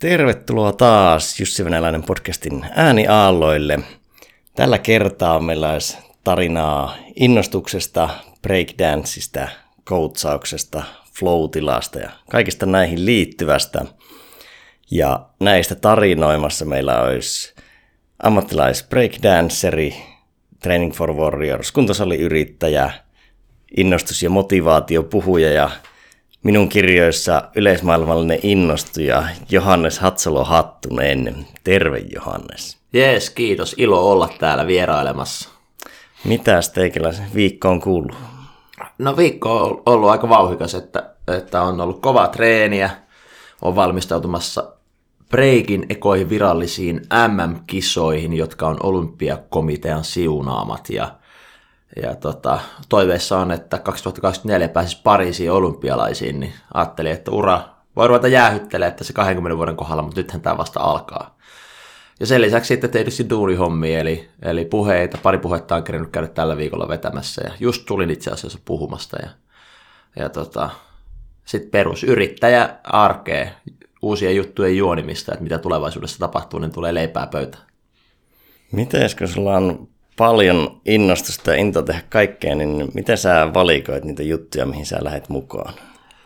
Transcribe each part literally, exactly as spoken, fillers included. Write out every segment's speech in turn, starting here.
Tervetuloa taas Jussi Venäläinen podcastin ääniaalloille. Tällä kertaa meillä olisi tarinaa innostuksesta, breakdanceista, coachauksesta, flow-tilasta ja kaikista näihin liittyvästä. Ja näistä tarinoimassa meillä olisi ammattilais breakdanceri, Training for Warriors, kuntosaliyrittäjä, innostus- ja motivaatiopuhuja ja minun kirjoissa yleismaailmallinen innostuja Johannes Hatsalo-Hattunen. Terve Johannes. Jees, kiitos. Ilo olla täällä vierailemassa. Mitäs teikäläisen viikko on kuullut? No viikko on ollut aika vauhdikas, että, että on ollut kovaa treeniä. On valmistautumassa breikin ekoihin virallisiin M M-kisoihin, jotka on olympiakomitean siunaamat. Ja, ja tota, toiveissa on, että kaksituhattakaksikymmentäneljä pääsisi Pariisiin olympialaisiin, niin ajattelin, että ura voi ruveta jäähyttelemään tässä kahdenkymmenen vuoden kohdalla, mutta nythän tämä vasta alkaa. Ja sen lisäksi sitten tietysti duunihommia, eli, eli puheita, pari puhetta on kerennyt käydä tällä viikolla vetämässä, ja just tulin itse asiassa puhumasta, ja, ja tota, sitten perusyrittäjä arkea, uusien juttujen juonimista, että mitä tulevaisuudessa tapahtuu, niin tulee leipää pöytään. Mites, kun sulla on paljon innostusta ja intoa tehdä kaikkea, niin miten sä valikoit niitä juttuja, mihin sä lähdet mukaan?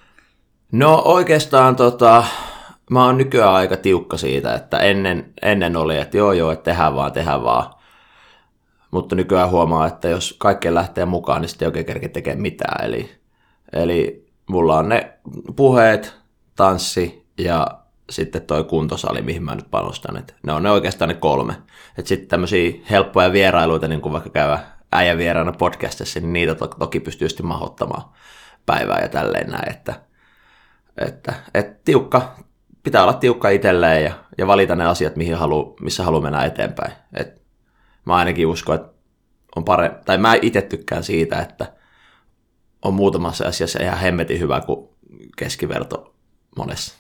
No oikeastaan tota, mä oon nykyään aika tiukka siitä, että ennen, ennen oli, että joo joo, että tehdään vaan, tehdään vaan. Mutta nykyään huomaa, että jos kaikkeen lähtee mukaan, niin sitten ei oikein kerkeä tekemään mitään. Eli, eli mulla on ne puheet, tanssi ja sitten toi kuntosali, mihin mä nyt panostan. Et ne on ne oikeastaan ne kolme. Että sitten tämmöisiä helppoja vierailuita, niin kuin vaikka käydä äijän vieraana podcastissa, niin niitä to- toki pystyy sitten mahdottamaan päivää ja tälleen näin. Että, että, että tiukka, pitää olla tiukka itselleen ja, ja valita ne asiat, mihin halu, missä haluaa mennä eteenpäin. Et mä ainakin uskon, että on parempi, tai mä itse tykkään siitä, että on muutamassa asiassa ihan hemmetin hyvä kuin keskiverto monessa.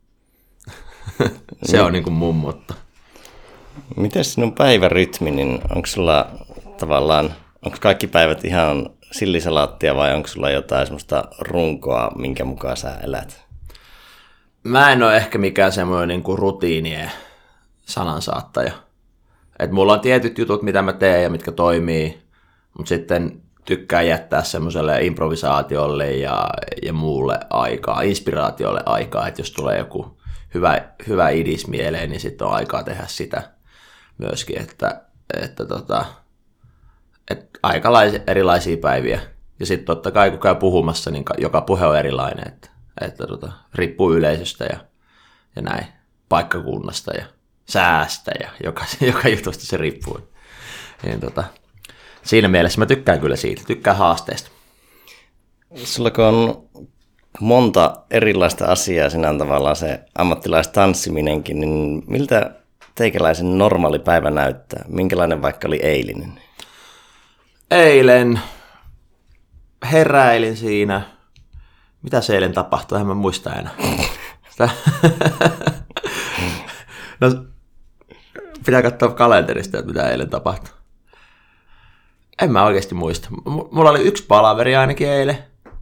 Se on niin kuin mun motto. Miten sinun päivärytmi, niin onko sulla tavallaan, onko kaikki päivät ihan sillisalaattia vai onko sulla jotain semmoista runkoa, minkä mukaan sä elät? Mä en ole ehkä mikään semmoinen niin kuin rutiinien sanansaattaja. Et mulla on tietyt jutut, mitä mä teen ja mitkä toimii, mutta sitten tykkään jättää semmoiselle improvisaatiolle ja, ja muulle aikaa, inspiraatiolle aikaa, että jos tulee joku hyvä, hyvä idis mieleen, niin sitten on aikaa tehdä sitä myöskin, että, että, tota, että aika erilaisia päiviä. Ja sitten totta kai kun käy puhumassa, niin joka puhe on erilainen, että, että tota, riippuu yleisöstä ja, ja näin, paikkakunnasta ja säästä ja joka, joka jutusta se riippuu. Niin, tota, siinä mielessä mä tykkään kyllä siitä, tykkään haasteesta. Sulla kun on monta erilaista asiaa, siinä on tavallaan se ammattilaistanssiminenkin, niin miltä teikäläisen normaali päivä näyttää? Minkälainen vaikka oli eilinen? Eilen heräilin siinä. Mitä se eilen tapahtui? En mä muista enää. No, pitää katsoa kalenterista, että mitä eilen tapahtui. En mä oikeasti muista. M- mulla oli yksi palaveri ainakin eilen.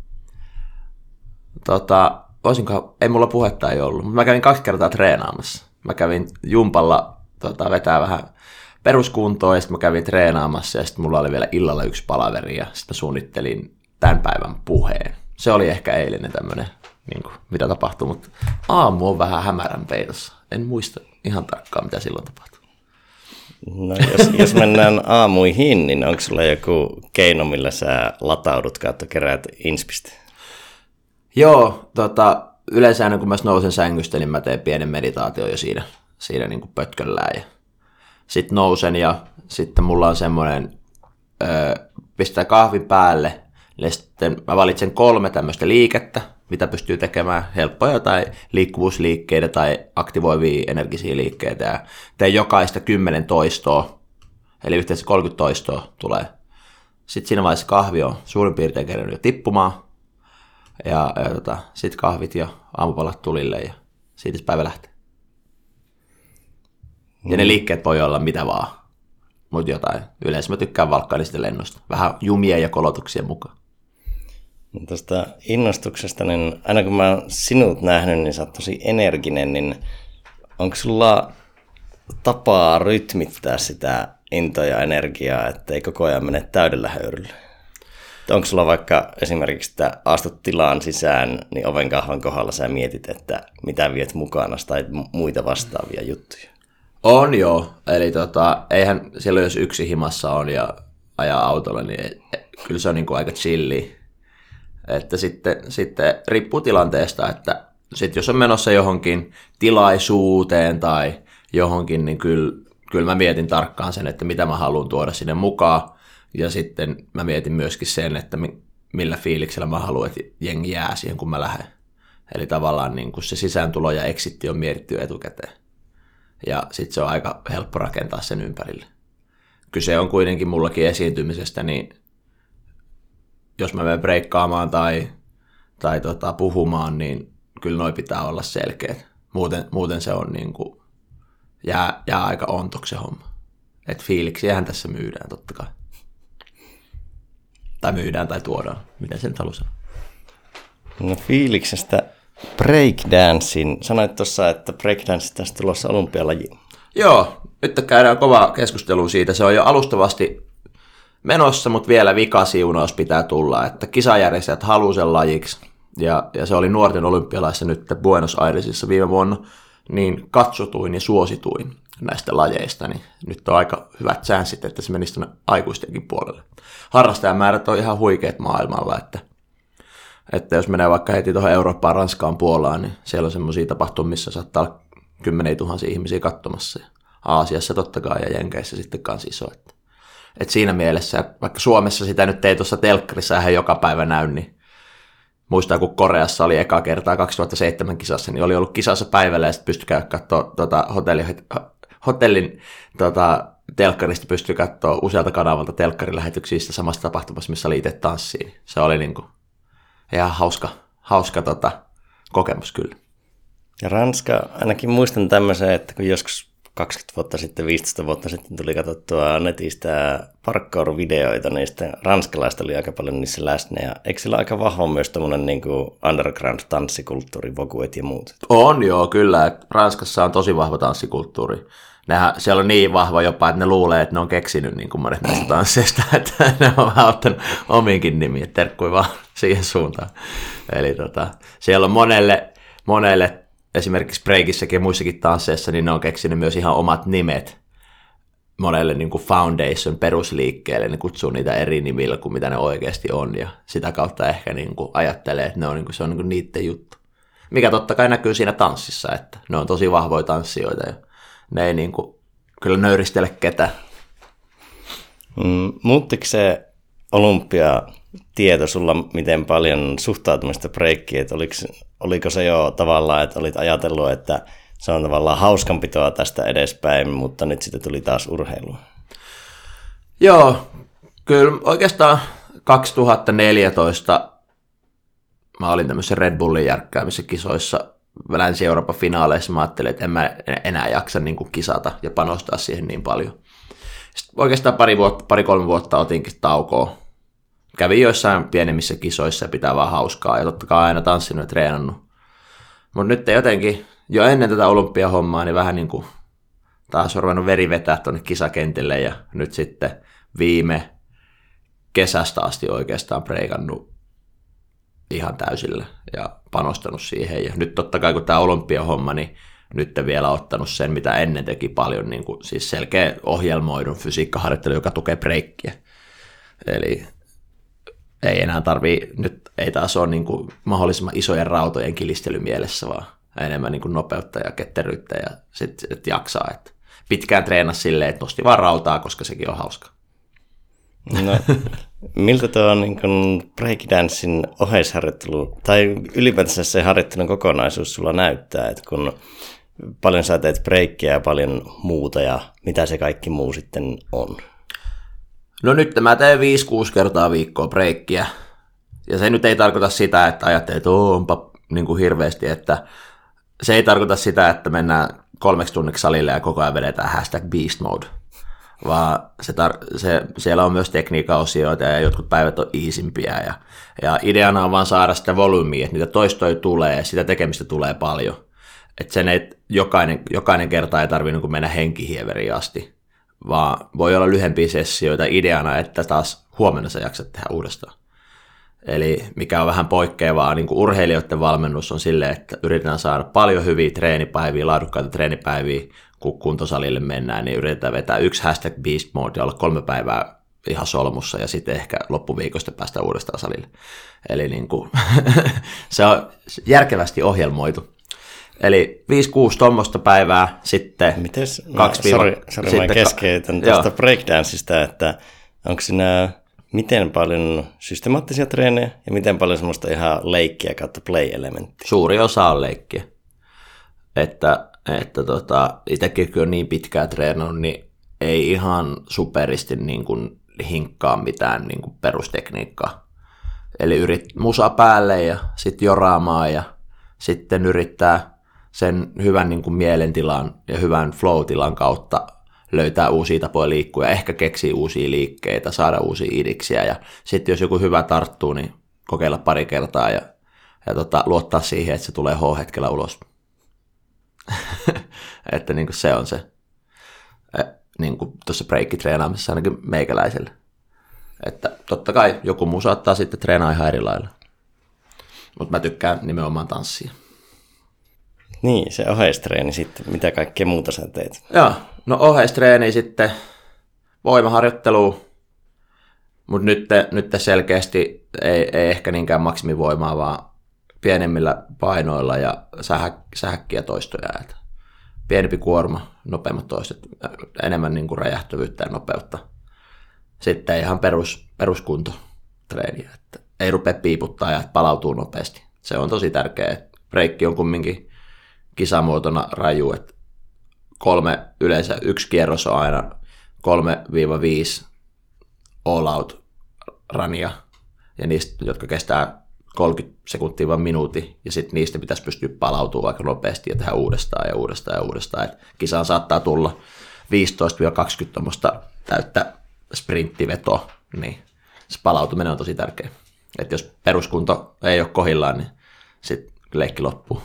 Tota, voisinko, ei mulla puhetta ei ollut, mutta mä kävin kaksi kertaa treenaamassa. Mä kävin jumpalla tota, vetää vähän peruskuntoa ja sitten mä kävin treenaamassa ja sitten mulla oli vielä illalla yksi palaveri ja sitten mä suunnittelin tämän päivän puheen. Se oli ehkä eilinen tämmöinen, niin kuin, mitä tapahtui, mutta aamu on vähän hämärän peitossa. En muista ihan tarkkaan, mitä silloin tapahtui. No, jos, jos mennään aamuihin, niin onko sulla joku keino, millä sä lataudut kautta keräät inspistä? Joo, tota, yleensä aina kun mä nousen sängystä, niin mä teen pienen meditaatio jo siinä, siinä niin kuin pötköllään. Sitten nousen ja sitten mulla on semmoinen, öö, pistää kahvin päälle, ja sitten mä valitsen kolme tämmöistä liikettä, mitä pystyy tekemään, helppoja tai liikkuvuusliikkeitä tai aktivoivia energisiä liikkeitä. Ja teen jokaista kymmenen toistoa, eli yhteensä kolmekymmentä toistoa tulee. Sitten siinä vaiheessa kahvi on suurin piirtein kerännyt jo tippumaan. Ja, ja tota, sitten kahvit ja aamupalat tulille ja siitä päivä lähtee. Mm. Ja ne liikkeet voi olla mitä vaan, mutta jotain. Yleensä mä tykkään valkkailista lennosta. Vähän jumia ja kolotuksia mukaan. Tuosta innostuksesta, niin aina kun mä oon sinut nähnyt, niin sä oot tosi energinen, niin onko sulla tapaa rytmittää sitä intoa ja energiaa, ettei koko ajan mene täydellä höyryllä? Onko sulla vaikka esimerkiksi, että astut tilaan sisään, niin oven kahvan kohdalla sä mietit, että mitä viet mukana tai muita vastaavia juttuja? On joo, eli tota, eihän silloin jos yksi himassa on ja ajaa autolla, niin kyllä se on niin kuin aika chilli. Että sitten, sitten riippuu tilanteesta, että sit jos on menossa johonkin tilaisuuteen tai johonkin, niin kyllä, kyllä mä mietin tarkkaan sen, että mitä mä haluan tuoda sinne mukaan. Ja sitten mä mietin myöskin sen, että millä fiiliksellä mä haluan, että jengi jää siihen, kun mä lähden. Eli tavallaan niin kuin se sisääntulo ja exitti on mietitty etukäteen. Ja sitten se on aika helppo rakentaa sen ympärille. Kyse on kuitenkin mullakin esiintymisestä, niin jos mä menen breikkaamaan tai, tai tota, puhumaan, niin kyllä noi pitää olla selkeät. Muuten, muuten se on niin kuin, jää, jää aika ontoksi se homma. Että fiiliksiähän tässä myydään totta kai. Tai myydään tai tuodaan, miten sen haluaa sanoa. No fiiliksestä breakdancein. Sanoit tuossa, että breakdanceista on tulossa olympialaji. Joo, nyt käydään kova keskustelu siitä. Se on jo alustavasti menossa, mutta vielä vikasiunaus pitää tulla. Että kisajärjestäjät haluaa sen lajiksi. Ja, ja se oli nuorten olympialaissa nyt Buenos Airesissa viime vuonna niin katsotuin ja suosituin näistä lajeista, niin nyt on aika hyvät chanssit, että se menisi tuonne aikuistenkin puolelle. Harrastajamäärät on ihan huikeat maailmalla, että, että jos menee vaikka heti tuohon Eurooppaan, Ranskaan, Puolaan, niin siellä on semmoisia tapahtumia, missä saattaa olla kymmeniä tuhansia ihmisiä katsomassa. Ja Aasiassa totta kai ja Jenkeissä sitten kanssa iso. Että, että siinä mielessä, vaikka Suomessa sitä nyt ei tuossa telkkarissa ihan joka päivä näy, niin muistaa, kun Koreassa oli eka kertaa kaksituhattaseitsemän kisassa, niin oli ollut kisassa päivällä ja sitten pystyi käydä katsoa tuota, hotelli, hotellin tota, telkkarista, pystyi katsoa usealta kanavalta telkkarilähetyksistä samasta tapahtumassa, missä oli itse tanssiin. Se oli niinku ihan hauska, hauska tota, kokemus kyllä. Ja Ranska, ainakin muistan tämmöisen, että kun joskus kaksikymmentä vuotta sitten, viisitoista vuotta sitten tuli katsottua netistä parkour-videoita, niin sitten ranskalaista oli aika paljon niissä läsnä. Ja eikö sillä aika vahva myös tämmöinen niin kuin underground-tanssikulttuuri, voguet ja muut? On joo, kyllä. Ranskassa on tosi vahva tanssikulttuuri. Nehän, siellä on niin vahva jopa, että ne luulee, että ne on keksinyt niin kuin monet näistä tansseista, että ne on vähän ottanut omiinkin nimiä, terkkui vaan siihen suuntaan. Eli tota, siellä on monelle, monelle esimerkiksi breakissäkin ja muissakin tansseissa, niin ne on keksinyt myös ihan omat nimet monelle niin kuin foundation perusliikkeelle. Ne kutsuu niitä eri nimillä kuin mitä ne oikeasti on, ja sitä kautta ehkä niin kuin ajattelee, että ne on, niin kuin, se on niin kuin niiden juttu. Mikä totta kai näkyy siinä tanssissa, että ne on tosi vahvoja tanssijoita, ja ne ei niin kuin, kyllä nöyristele ketään. Mm, muuttiko se olympiatieto sulla miten paljon suhtautumista breikkiin, että oliko, oliko se jo tavallaan, että olit ajatellut, että se on tavallaan hauskanpitoa tästä edespäin, mutta nyt sitten tuli taas urheilua? Joo, kyllä oikeastaan kaksituhattaneljätoista mä olin tämmöisessä Red Bullin järkkäämissä kisoissa Länsi-Euroopan finaaleissa. Mä ajattelin, että en mä enää jaksa niin kuin kisata ja panostaa siihen niin paljon. Sitten oikeastaan pari, vuotta, pari kolme vuotta otinkin taukoa. Kävin joissain pienemmissä kisoissa ja pitää vaan hauskaa ja totta kai aina tanssinut ja treenannut. Mutta nyt jotenkin jo ennen tätä olympiahommaa niin vähän niin kuin taas on ruvennut veri vetää tuonne kisakentille ja nyt sitten viime kesästä asti oikeastaan breikannut ihan täysillä ja panostanut siihen. Ja nyt totta kai kun tämä olympiahomma, niin nyt vielä ottanut sen, mitä ennen teki paljon, niin kuin, siis selkeä ohjelmoidun fysiikkaharjoittelu, joka tukee breikkiä. Eli ei enää tarvii, nyt ei taas ole niin kuin mahdollisimman isojen rautojen kilistely mielessä, vaan enemmän niin kuin nopeutta ja ketteryyttä ja sitten et jaksaa. Et pitkään treenasi silleen, että nosti vaan rautaa, koska sekin on hauska. No, miltä tuo niin kuin breakdancein oheisharjoittelu tai ylipäätänsä se harjoittelun kokonaisuus sulla näyttää, että kun paljon sä teet breikkiä ja paljon muuta ja mitä se kaikki muu sitten on? No nyt mä teen viisi kuusi kertaa viikkoa breikkiä ja se nyt ei tarkoita sitä, että ajattelee, että onpa niin kuin hirveästi, että se ei tarkoita sitä, että mennään kolmeksi tunniksi salille ja koko ajan vedetään hashtag beast mode, vaan se tar- se, siellä on myös tekniikan osioita ja jotkut päivät on easimpiä ja, ja ideana on vaan saada sitä volyymia, että niitä toistoja tulee ja sitä tekemistä tulee paljon. Että sen ei, jokainen, jokainen kerta ei tarvitse niin mennä henkihieveriin asti, vaan voi olla lyhempiä sessioita ideana, että taas huomenna sä jaksat tehdä uudestaan. Eli mikä on vähän poikkeavaa, niin kuin urheilijoiden valmennus on silleen, että yritetään saada paljon hyviä treenipäiviä, laadukkaita treenipäiviä, kun kuntosalille mennään, niin yritetään vetää yksi hashtag beast mode ja olla kolme päivää ihan solmussa ja sitten ehkä loppuviikosta päästä uudestaan salille. Eli niin kuin, se on järkevästi ohjelmoitu. Eli viisi kuusi tuommoista päivää, sitten Mites, kaksi no, sorry, sorry mä keskeytän tuosta breakdanceista, että onko siinä miten paljon systemaattisia treenejä ja miten paljon semmoista ihan leikkiä kautta play-elementtiä? Suuri osa on leikkiä. Että, että tota, itsekin kun on niin pitkään treenannut, niin ei ihan superisti niin kuin hinkkaa mitään niin kuin perustekniikkaa. Eli yrit musa päälle ja sitten joraamaan ja sitten yrittää sen hyvän niin kuin mielentilan ja hyvän flow-tilan kautta löytää uusia tapoja liikkua ja ehkä keksiä uusia liikkeitä, saada uusia idiksiä ja sitten jos joku hyvä tarttuu, niin kokeilla pari kertaa ja, ja tota, luottaa siihen, että se tulee H-hetkellä ulos. Että niin kuin se on se, niin kuin tuossa breikkitreenaamisessa ainakin meikäläiselle. Että totta kai joku muu saattaa sitten treenaa ihan eri lailla, mutta mä tykkään nimenomaan tanssia. Niin, se oheistreeni sitten. Mitä kaikkea muuta sä teet? Joo, no oheistreeni sitten, voimaharjoittelua, mutta nyt, nyt selkeästi ei, ei ehkä niinkään maksimivoimaa, vaan pienemmillä painoilla ja sähä, sähäkkiä toistoja. Että pienempi kuorma, nopeammat toistot, enemmän niin kuin räjähtävyyttä ja nopeutta. Sitten ihan perus, peruskuntotreeniä, että ei rupea piiputtaa ja palautuu nopeasti. Se on tosi tärkeää. Breikki on kumminkin kisamuotona raju, että kolme yleensä, yksi kierros on aina kolme viisi all out runia, ja niistä, jotka kestää kolmekymmentä sekuntia vai minuutin, ja sitten niistä pitäisi pystyä palautumaan aika nopeasti ja tehdä uudestaan ja uudestaan ja uudestaan. Et kisaan saattaa tulla viisitoista kaksikymmentä tuommoista täyttä sprinttivetoa, niin se palautuminen on tosi tärkeä. Et jos peruskunto ei ole kohdillaan, niin sitten leikki loppuu.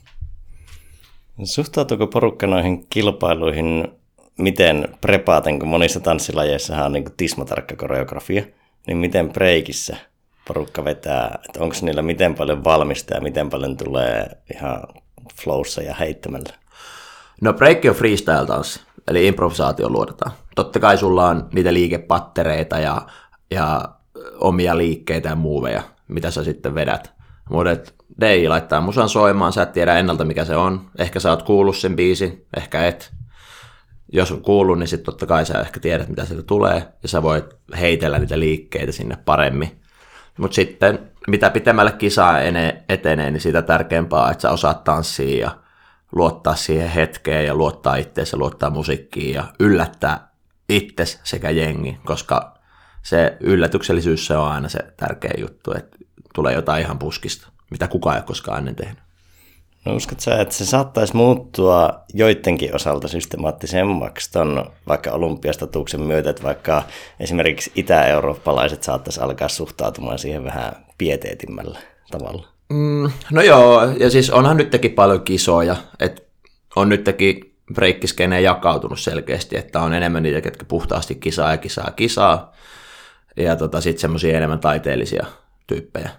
Suhtautuuko porukka noihin kilpailuihin miten prepaaten, kun monissa tanssilajeissahan on niin kuin tismatarkka koreografia, niin miten breikissä porukka vetää, että onko niillä miten paljon valmista ja miten paljon tulee ihan flowssa ja heittämällä? No breikki on freestyle-tanssi, eli improvisaatio luodetaan. Totta kai sulla on niitä liikepattereita ja, ja omia liikkeitä ja muuveja, mitä sä sitten vedät. Mutta D J laittaa musan soimaan, sä et tiedä ennalta mikä se on. Ehkä sä oot kuullut sen biisin, ehkä et. Jos on kuullut, niin sitten totta kai sä ehkä tiedät mitä sieltä tulee ja sä voit heitellä niitä liikkeitä sinne paremmin. Mutta sitten mitä pitemmälle kisaa etenee, niin sitä tärkeämpää, että sä osaat tanssia ja luottaa siihen hetkeen ja luottaa itseesi ja luottaa musiikkiin ja yllättää itsesi sekä jengi, koska se yllätyksellisyys se on aina se tärkeä juttu, että tulee jotain ihan puskista, mitä kukaan ei ole koskaan ennen tehnyt. No uskot sä, että se saattaisi muuttua joidenkin osalta systemaattisemmaksi ton vaikka olympiastatuksen myötä, että vaikka esimerkiksi itä-eurooppalaiset saattaisi alkaa suhtautumaan siihen vähän pieteetimmällä tavalla? Mm, no joo, ja siis onhan nytkin paljon kisoja, että on nytkin breikkiskeneen jakautunut selkeästi, että on enemmän niitä, ketkä puhtaasti kisaa ja kisaa kisaa, ja tota, sitten semmoisia enemmän taiteellisia tyyppejä.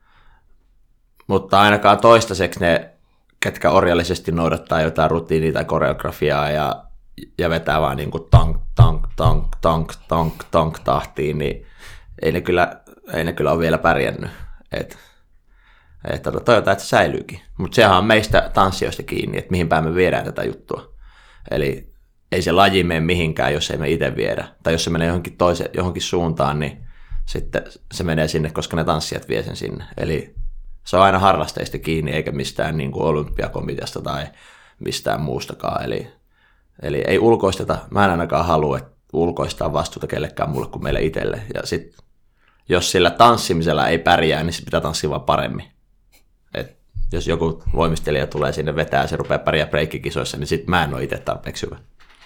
Mutta ainakaan toistaiseksi ne, ketkä orjallisesti noudattaa jotain rutiinia tai koreografiaa ja, ja vetää vaan niin kuin tank, tank, tank, tank, tank, tank tahtiin, niin ei ne kyllä, ei ne kyllä ole vielä pärjännyt. Et, et, toivotaan, että se säilyykin. Mutta sehän on meistä tanssijoista kiinni, että mihin päin me viedään tätä juttua. Eli ei se laji mene mihinkään, jos ei me itse viedä. Tai jos se menee johonkin, toise, johonkin suuntaan, niin sitten se menee sinne, koska ne tanssijat vie sen sinne. Eli se on aina harrasteista kiinni, eikä mistään niin kuin olympiakomiteasta tai mistään muustakaan. Eli, eli ei ulkoisteta, mä en ainakaan halua, että ulkoistaa vastuuta kellekään muulle kuin meille itselle. Ja sit, jos sillä tanssimisella ei pärjää, niin se pitää tanssia vaan paremmin. Et jos joku voimistelija tulee sinne vetää ja se rupeaa pärjää breikkikisoissa, niin sit mä en ole itse tarpeeksi hyvä.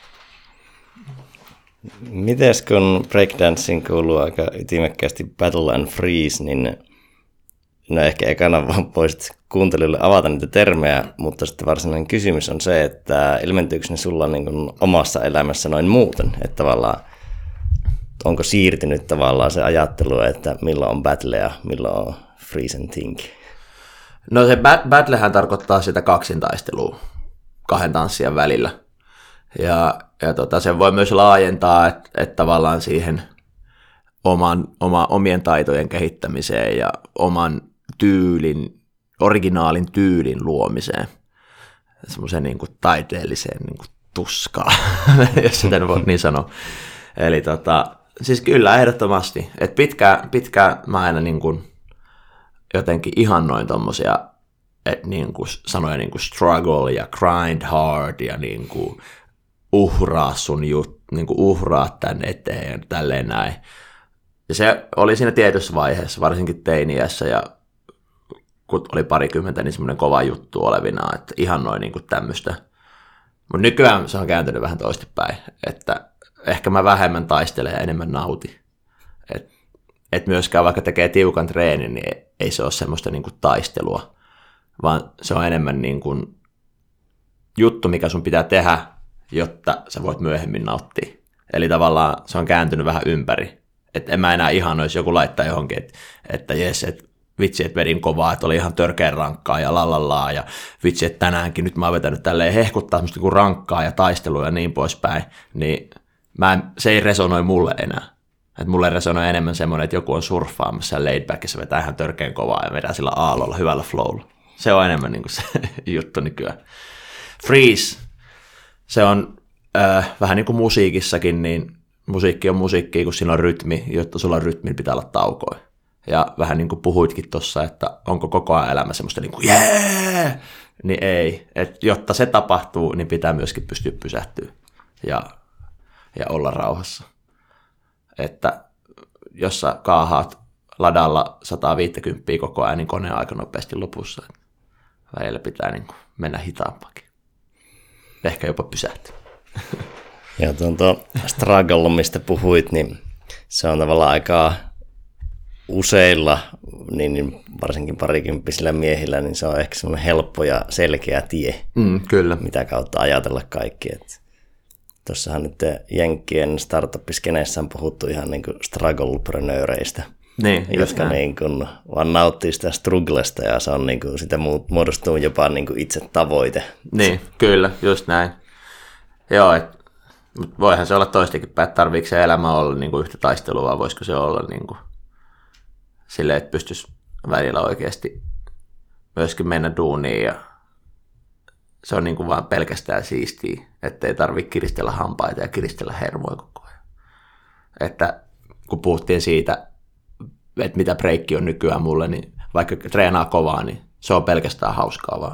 Mites kun breakdancing kuuluu aika ytimekkäästi battle and freeze, niin no ehkä ekana vaan voisit kuuntelijoille avata niitä termejä, mutta sitten varsinainen kysymys on se, että ilmentyykö ne sulla niin kuin omassa elämässä noin muuten, että tavallaan onko siirtynyt tavallaan se ajattelu, että milloin on battle ja milloin on freeze and think? No se battlehän tarkoittaa sitä kaksintaistelua kahden tanssijan välillä. Ja, ja tota, sen voi myös laajentaa, että et tavallaan siihen oman, oma, omien taitojen kehittämiseen ja oman tyylin, originaalin tyylin luomiseen. Semmoisen niin kuin taiteelliseen niin kuin tuskaan, jos sitä voi niin sanoa. Eli tota, siis kyllä ehdottomasti. Et pitkään, pitkään mä aina niin kuin jotenkin ihannoin tommosia et niin kuin sanoja niin kuin struggle ja grind hard ja niin kuin uhraa sun jut, niin kuin uhraa tän eteen ja tälleen näin. Ja se oli siinä tietyssä vaiheessa, varsinkin teiniässä ja kun oli parikymmentä, niin semmoinen kova juttu olevina, että ihannoin niin kuin tämmöistä. Mutta nykyään se on kääntynyt vähän toistepäin, että ehkä mä vähemmän taistelen ja enemmän nautin. Että et myöskään vaikka tekee tiukan treenin, niin ei se ole semmoista niin kuin taistelua, vaan se on enemmän niin kuin juttu, mikä sun pitää tehdä, jotta sä voit myöhemmin nauttia. Eli tavallaan se on kääntynyt vähän ympäri. Että en mä enää ihanoisi joku laittaa johonkin, että, että jes, että vitsi, että vedin kovaa, että oli ihan törkeän rankkaa ja lallalaa, ja vitsi, että tänäänkin nyt mä oon vetänyt tälleen hehkuttaa semmoista kuin rankkaa ja taistelua ja niin poispäin, niin mä en, se ei resonoi mulle enää. Että mulle resonoi enemmän semmoinen, että joku on surffaamassa ja laid back, ja se vetää ihan törkeän kovaa ja vedää sillä aallolla, hyvällä flowlla. Se on enemmän niin kuin se juttu nykyään. Freeze, se on äh, vähän niin kuin musiikissakin, niin musiikki on musiikki, kun siinä on rytmi, jotta sulla on rytmi, pitää olla taukoja. Ja vähän niin kuin puhuitkin tuossa, että onko koko ajan elämä semmoista niin kuin jee, niin ei. Et jotta se tapahtuu, niin pitää myöskin pystyä pysähtyä ja, ja olla rauhassa. Että jos sä kaahaat ladalla sata viisikymmentä koko ajan, niin kone on aika nopeasti lopussa. Välillä pitää niin kuin mennä hitaampakin. Ehkä jopa pysähtyä. Ja tuon tuo struggle, mistä puhuit, niin se on tavallaan aika useilla, niin varsinkin parikymppisillä miehillä, niin se on ehkä semmoinen helppo ja selkeä tie, mm, kyllä. mitä kautta ajatella kaikki. Tuossahan nyt Jenkkien startup-skeneessä on puhuttu ihan niin kuin struggle-preneureista, niin, jotka niin kuin vaan nauttii sitä strugglesta ja se on niin kuin, sitä muodostuu jopa niin kuin itse tavoite. Niin, kyllä, just näin. Joo, et, mutta voihan se olla toistakin päin, että tarviiko se elämä olla niin kuin yhtä taistelua, vai voisiko se olla niin kuin silleen, että pystyisi välillä oikeasti myöskin mennä duuniin ja se on niin kuin vaan pelkästään siistiä, ettei tarvitse kiristellä hampaita ja kiristellä hermoja koko ajan. Että kun puhuttiin siitä, että mitä breikki on nykyään mulle, niin vaikka treenaa kovaa, niin se on pelkästään hauskaa vaan.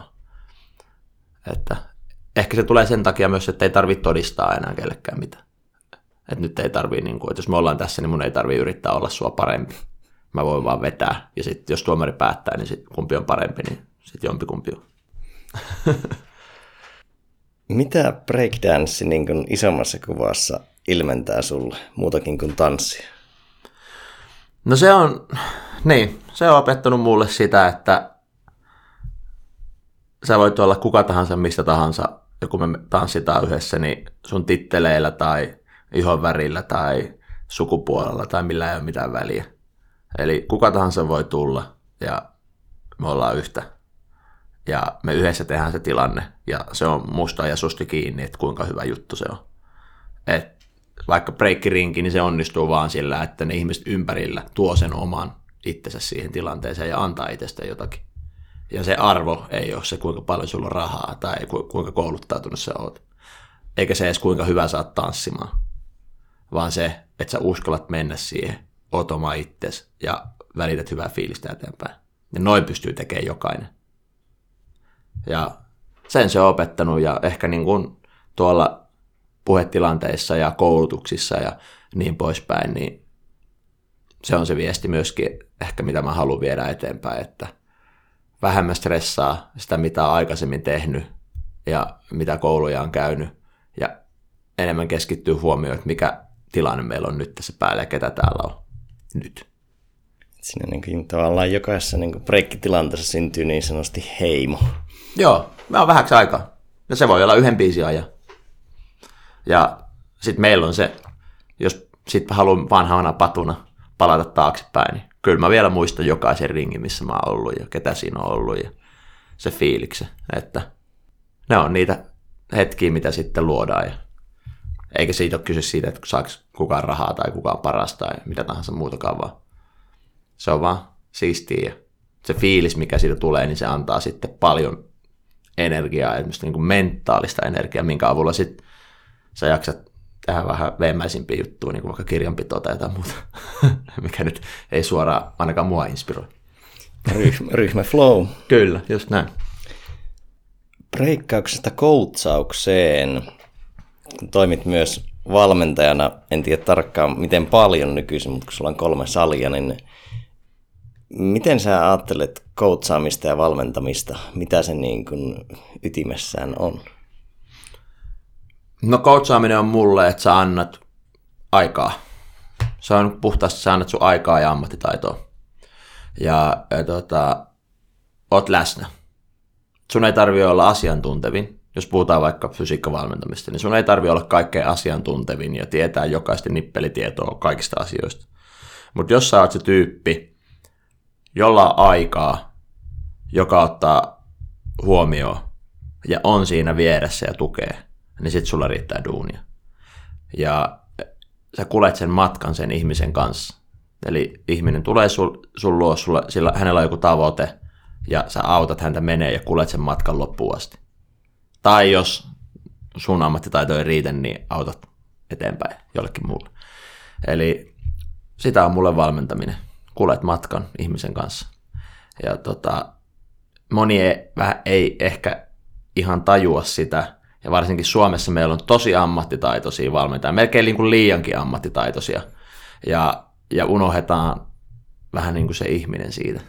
Että ehkä se tulee sen takia myös, että ei tarvitse todistaa enää kellekään mitään. Että nyt ei tarvitse, niin kuin, että jos me ollaan tässä, niin mun ei tarvitse yrittää olla sua parempi. Mä voin vaan vetää, ja sitten jos tuomari päättää, niin sit kumpi on parempi, niin sitten jompikumpi on. Mitä breakdance niin kuin isommassa kuvassa ilmentää sulle, muutakin kuin tanssia? No se on, niin, se on opettanut mulle sitä, että sä voit olla kuka tahansa, mistä tahansa, ja kun me tanssitaan yhdessä, niin sun titteleillä tai ihonvärillä tai sukupuolella tai millä ei ole mitään väliä. Eli kuka tahansa voi tulla ja me ollaan yhtä. Ja me yhdessä tehdään se tilanne ja se on musta ja susta kiinni, että kuinka hyvä juttu se on. Et vaikka breikkirinki, niin se onnistuu vaan sillä, että ne ihmiset ympärillä tuo sen oman itsensä siihen tilanteeseen ja antaa itsestä jotakin. Ja se arvo ei ole se, kuinka paljon sulla on rahaa tai kuinka kouluttautunut sä oot. Eikä se edes kuinka hyvä sä oot tanssimaan, vaan se, että sä uskallat mennä siihen, oot oma itsesi ja välität hyvää fiilistä eteenpäin. Ja noin pystyy tekemään jokainen. Ja sen se on opettanut ja ehkä niin kuin tuolla puhetilanteissa ja koulutuksissa ja niin poispäin, niin se on se viesti myöskin ehkä mitä mä haluan viedä eteenpäin, että vähemmän stressaa sitä mitä on aikaisemmin tehnyt ja mitä kouluja on käynyt ja enemmän keskittyy huomioon, että mikä tilanne meillä on nyt tässä päällä ja ketä täällä on nyt. siinä niin kuin, tavallaan jokaisessa niin kuin breikkitilanteessa syntyy niin sanotusti heimo. Joo, me on vähäksi aikaa. Ja se voi olla yhden biisin ajan. Ja sitten meillä on se, jos sitten haluan vanhana patuna palata taaksepäin, niin kyllä mä vielä muistan jokaisen ringin, missä mä oon ollut ja ketä siinä on ollut ja se fiilikse, että ne on niitä hetkiä, mitä sitten luodaan. Ja eikä siitä ole kyse siitä, että saako kukaan rahaa tai kukaan paras tai mitä tahansa muutakaan, vaan se on vaan siistiä ja se fiilis, mikä siitä tulee, niin se antaa sitten paljon energiaa, esimerkiksi niin kuin mentaalista energiaa, minkä avulla sitten sä jaksat tehdä vähän veemäisimpiä juttuja, niin kuin vaikka kirjanpitoa tai jotain muuta, mikä nyt ei suoraan ainakaan mua inspiroi. Ryhmä, ryhmä flow. Kyllä, just näin. Breikkauksesta koutsaukseen. Toimit myös valmentajana, en tiedä tarkkaan miten paljon nykyisin, mutta kun sulla on kolme salia, niin miten sä ajattelet coachaamista ja valmentamista? Mitä se niin kuin ytimessään on? No coachaaminen on mulle, että sä annat aikaa. Se on puhtaasti, sä annat sun aikaa ja ammattitaitoa. Ja, ja tota, oot läsnä. Sun ei tarvitse olla asiantuntevin. Jos puhutaan vaikka fysiikkavalmentamista, niin sun ei tarvitse olla kaikkein asiantuntevin ja tietää jokaista nippelitietoa kaikista asioista. Mutta jos sä oot se tyyppi, jolla on aikaa, joka ottaa huomioon ja on siinä vieressä ja tukee, niin sit sulla riittää duunia. Ja sä kulet sen matkan sen ihmisen kanssa. Eli ihminen tulee sul, sul luo, sulla, sillä hänellä on joku tavoite, ja sä autat häntä menee ja kulet sen matkan loppuun asti. Tai jos sun ammattitaito ei riitä, niin autat eteenpäin jollekin muulle. Eli sitä on mulle valmentaminen. Kulet matkan ihmisen kanssa. Ja tota, moni ei, vähän, ei ehkä ihan tajua sitä, ja varsinkin Suomessa meillä on tosi ammattitaitoisia valmentajia, melkein niin kuin liiankin ammattitaitoisia, ja, ja unohdetaan vähän niin kuin se ihminen siitä.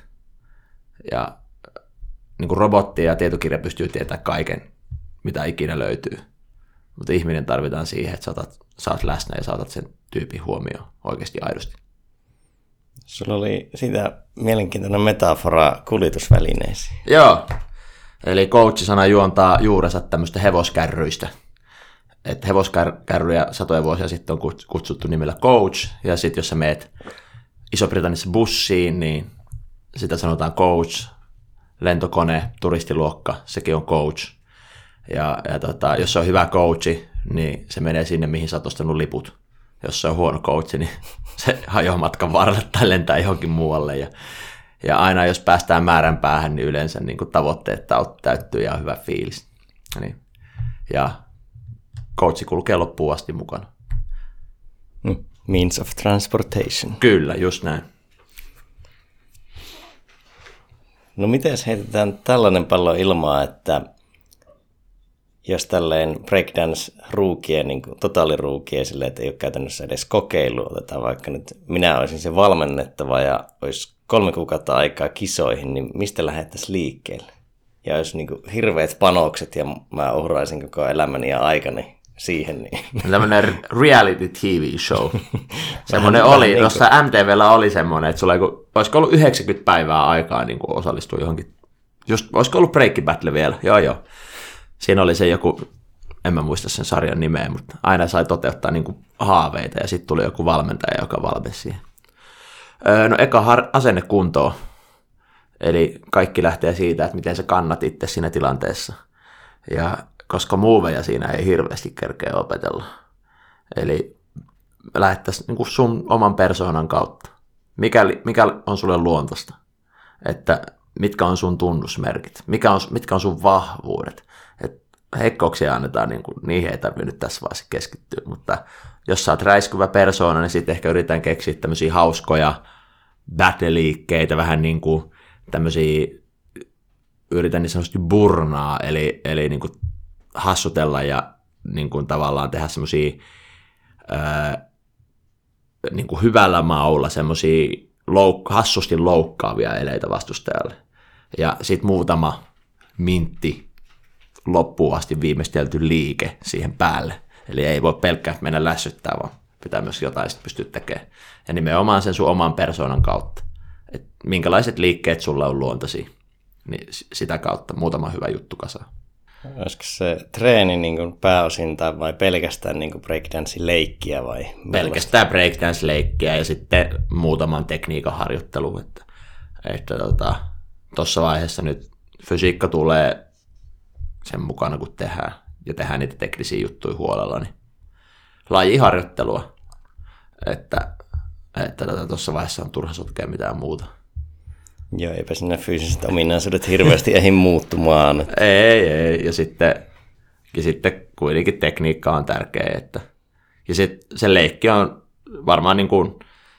Ja niin kuin robotti ja tietokirja pystyy tietämään kaiken, mitä ikinä löytyy, mutta ihminen tarvitaan siihen, että sä otat, sä oot läsnä ja saatat sen tyypin huomioon oikeasti aidosti. Sulla oli siitä mielenkiintoinen metafora kuljetusvälineisiin. Joo, eli coach-sana juontaa juurensa tämmöistä hevoskärryistä. Että hevoskärryjä satoja vuosia sitten on kutsuttu nimellä coach, ja sitten jos sä meet Iso-Britanniassa bussiin, niin sitä sanotaan coach, lentokone, turistiluokka, sekin on coach. Ja, ja tota, jos se on hyvä coachi, niin se menee sinne, mihin sä oot ostanut liput. Jos se on huono coachi, niin se hajoaa matkan varrelle tai lentää johonkin muualle. Ja, ja aina jos päästään määrän päähän, niin yleensä niin kuin tavoitteet täyttyy ja on hyvä fiilis. Niin. Ja coachi kulkee loppuun asti mukana. Means of transportation. Kyllä, just näin. No miten heitetään tällainen pallo ilmaa, että jos tälleen breakdance-ruukie, niin kuin totaaliruukie, silleen, että ei ole käytännössä edes kokeilu, otetaan vaikka nyt minä olisin se valmennettava ja olisi kolme kuukautta aikaa kisoihin, niin mistä lähdettäisiin liikkeelle? Ja olisi niin kuin hirveät panokset ja mä uhraisin koko elämäni ja aikani siihen. Niin. Tämmöinen reality T V show. Semmoinen oli, niin tuossa M T V:llä oli semmoinen, että sulla oli, olisiko ollut yhdeksänkymmentä päivää aikaa niin kuin osallistua johonkin, just, olisiko ollut Break Battle vielä, joo joo. Siinä oli se joku, en mä muista sen sarjan nimeä, mutta aina sai toteuttaa niin kuin haaveita ja sitten tuli joku valmentaja, joka valmisi siihen. Öö, no eka har- asenne kuntoon, eli kaikki lähtee siitä, että miten sä kannat itse siinä tilanteessa. Ja koska muuveja siinä ei hirveästi kerkeä opetella. Eli lähdettäisiin niin kuin sun oman persoonan kautta. Mikäli, mikä on sulle luontosta? Että mitkä on sun tunnusmerkit? Mikä on, mitkä on sun vahvuudet? Et heikkouksia annetaan, niin kuin, niihin ei tarvitse nyt tässä vaiheessa keskittyä. Mutta jos sä oot räiskyvä persoona, niin sitten ehkä yritän keksiä tämmöisiä hauskoja battle-liikkeitä, vähän niin kuin tämmöisiä, yritän niin sanotusti burnaa, eli, eli niin kuin hassutella ja niin kuin tavallaan tehdä semmoisia niin kuin hyvällä maulla semmoisia louk- hassusti loukkaavia eleitä vastustajalle. Ja sitten muutama mintti loppuun asti viimeistelty liike siihen päälle. Eli ei voi pelkkää mennä lässyttää, vaan pitää myös jotain sitten pystyä tekemään. Ja nimenomaan sen sun oman persoonan kautta. että minkälaiset liikkeet sulla on luontaisia. Niin sitä kautta muutama hyvä juttu kasaan. Olisiko se treeni niin kuin pääosin tai vai pelkästään niin kuin breakdance-leikkiä vai? Pelkästään breakdance-leikkiä ja sitten muutaman tekniikan harjoittelu. Että, että tuossa tota, vaiheessa nyt fysiikka tulee sen mukana, kun tehdään ja tehdään niitä teknisiä juttuja huolella, niin lajiharjoittelua. Että että tuossa vaiheessa on turha sotkea mitään muuta. Joo, eipä sinne fyysiset ominaisuudet hirveästi ehdi muuttumaan. Ei, ei. Ja sitten, ja sitten kuitenkin tekniikka on tärkeä. Että, ja sitten se leikki on varmaan niin kuin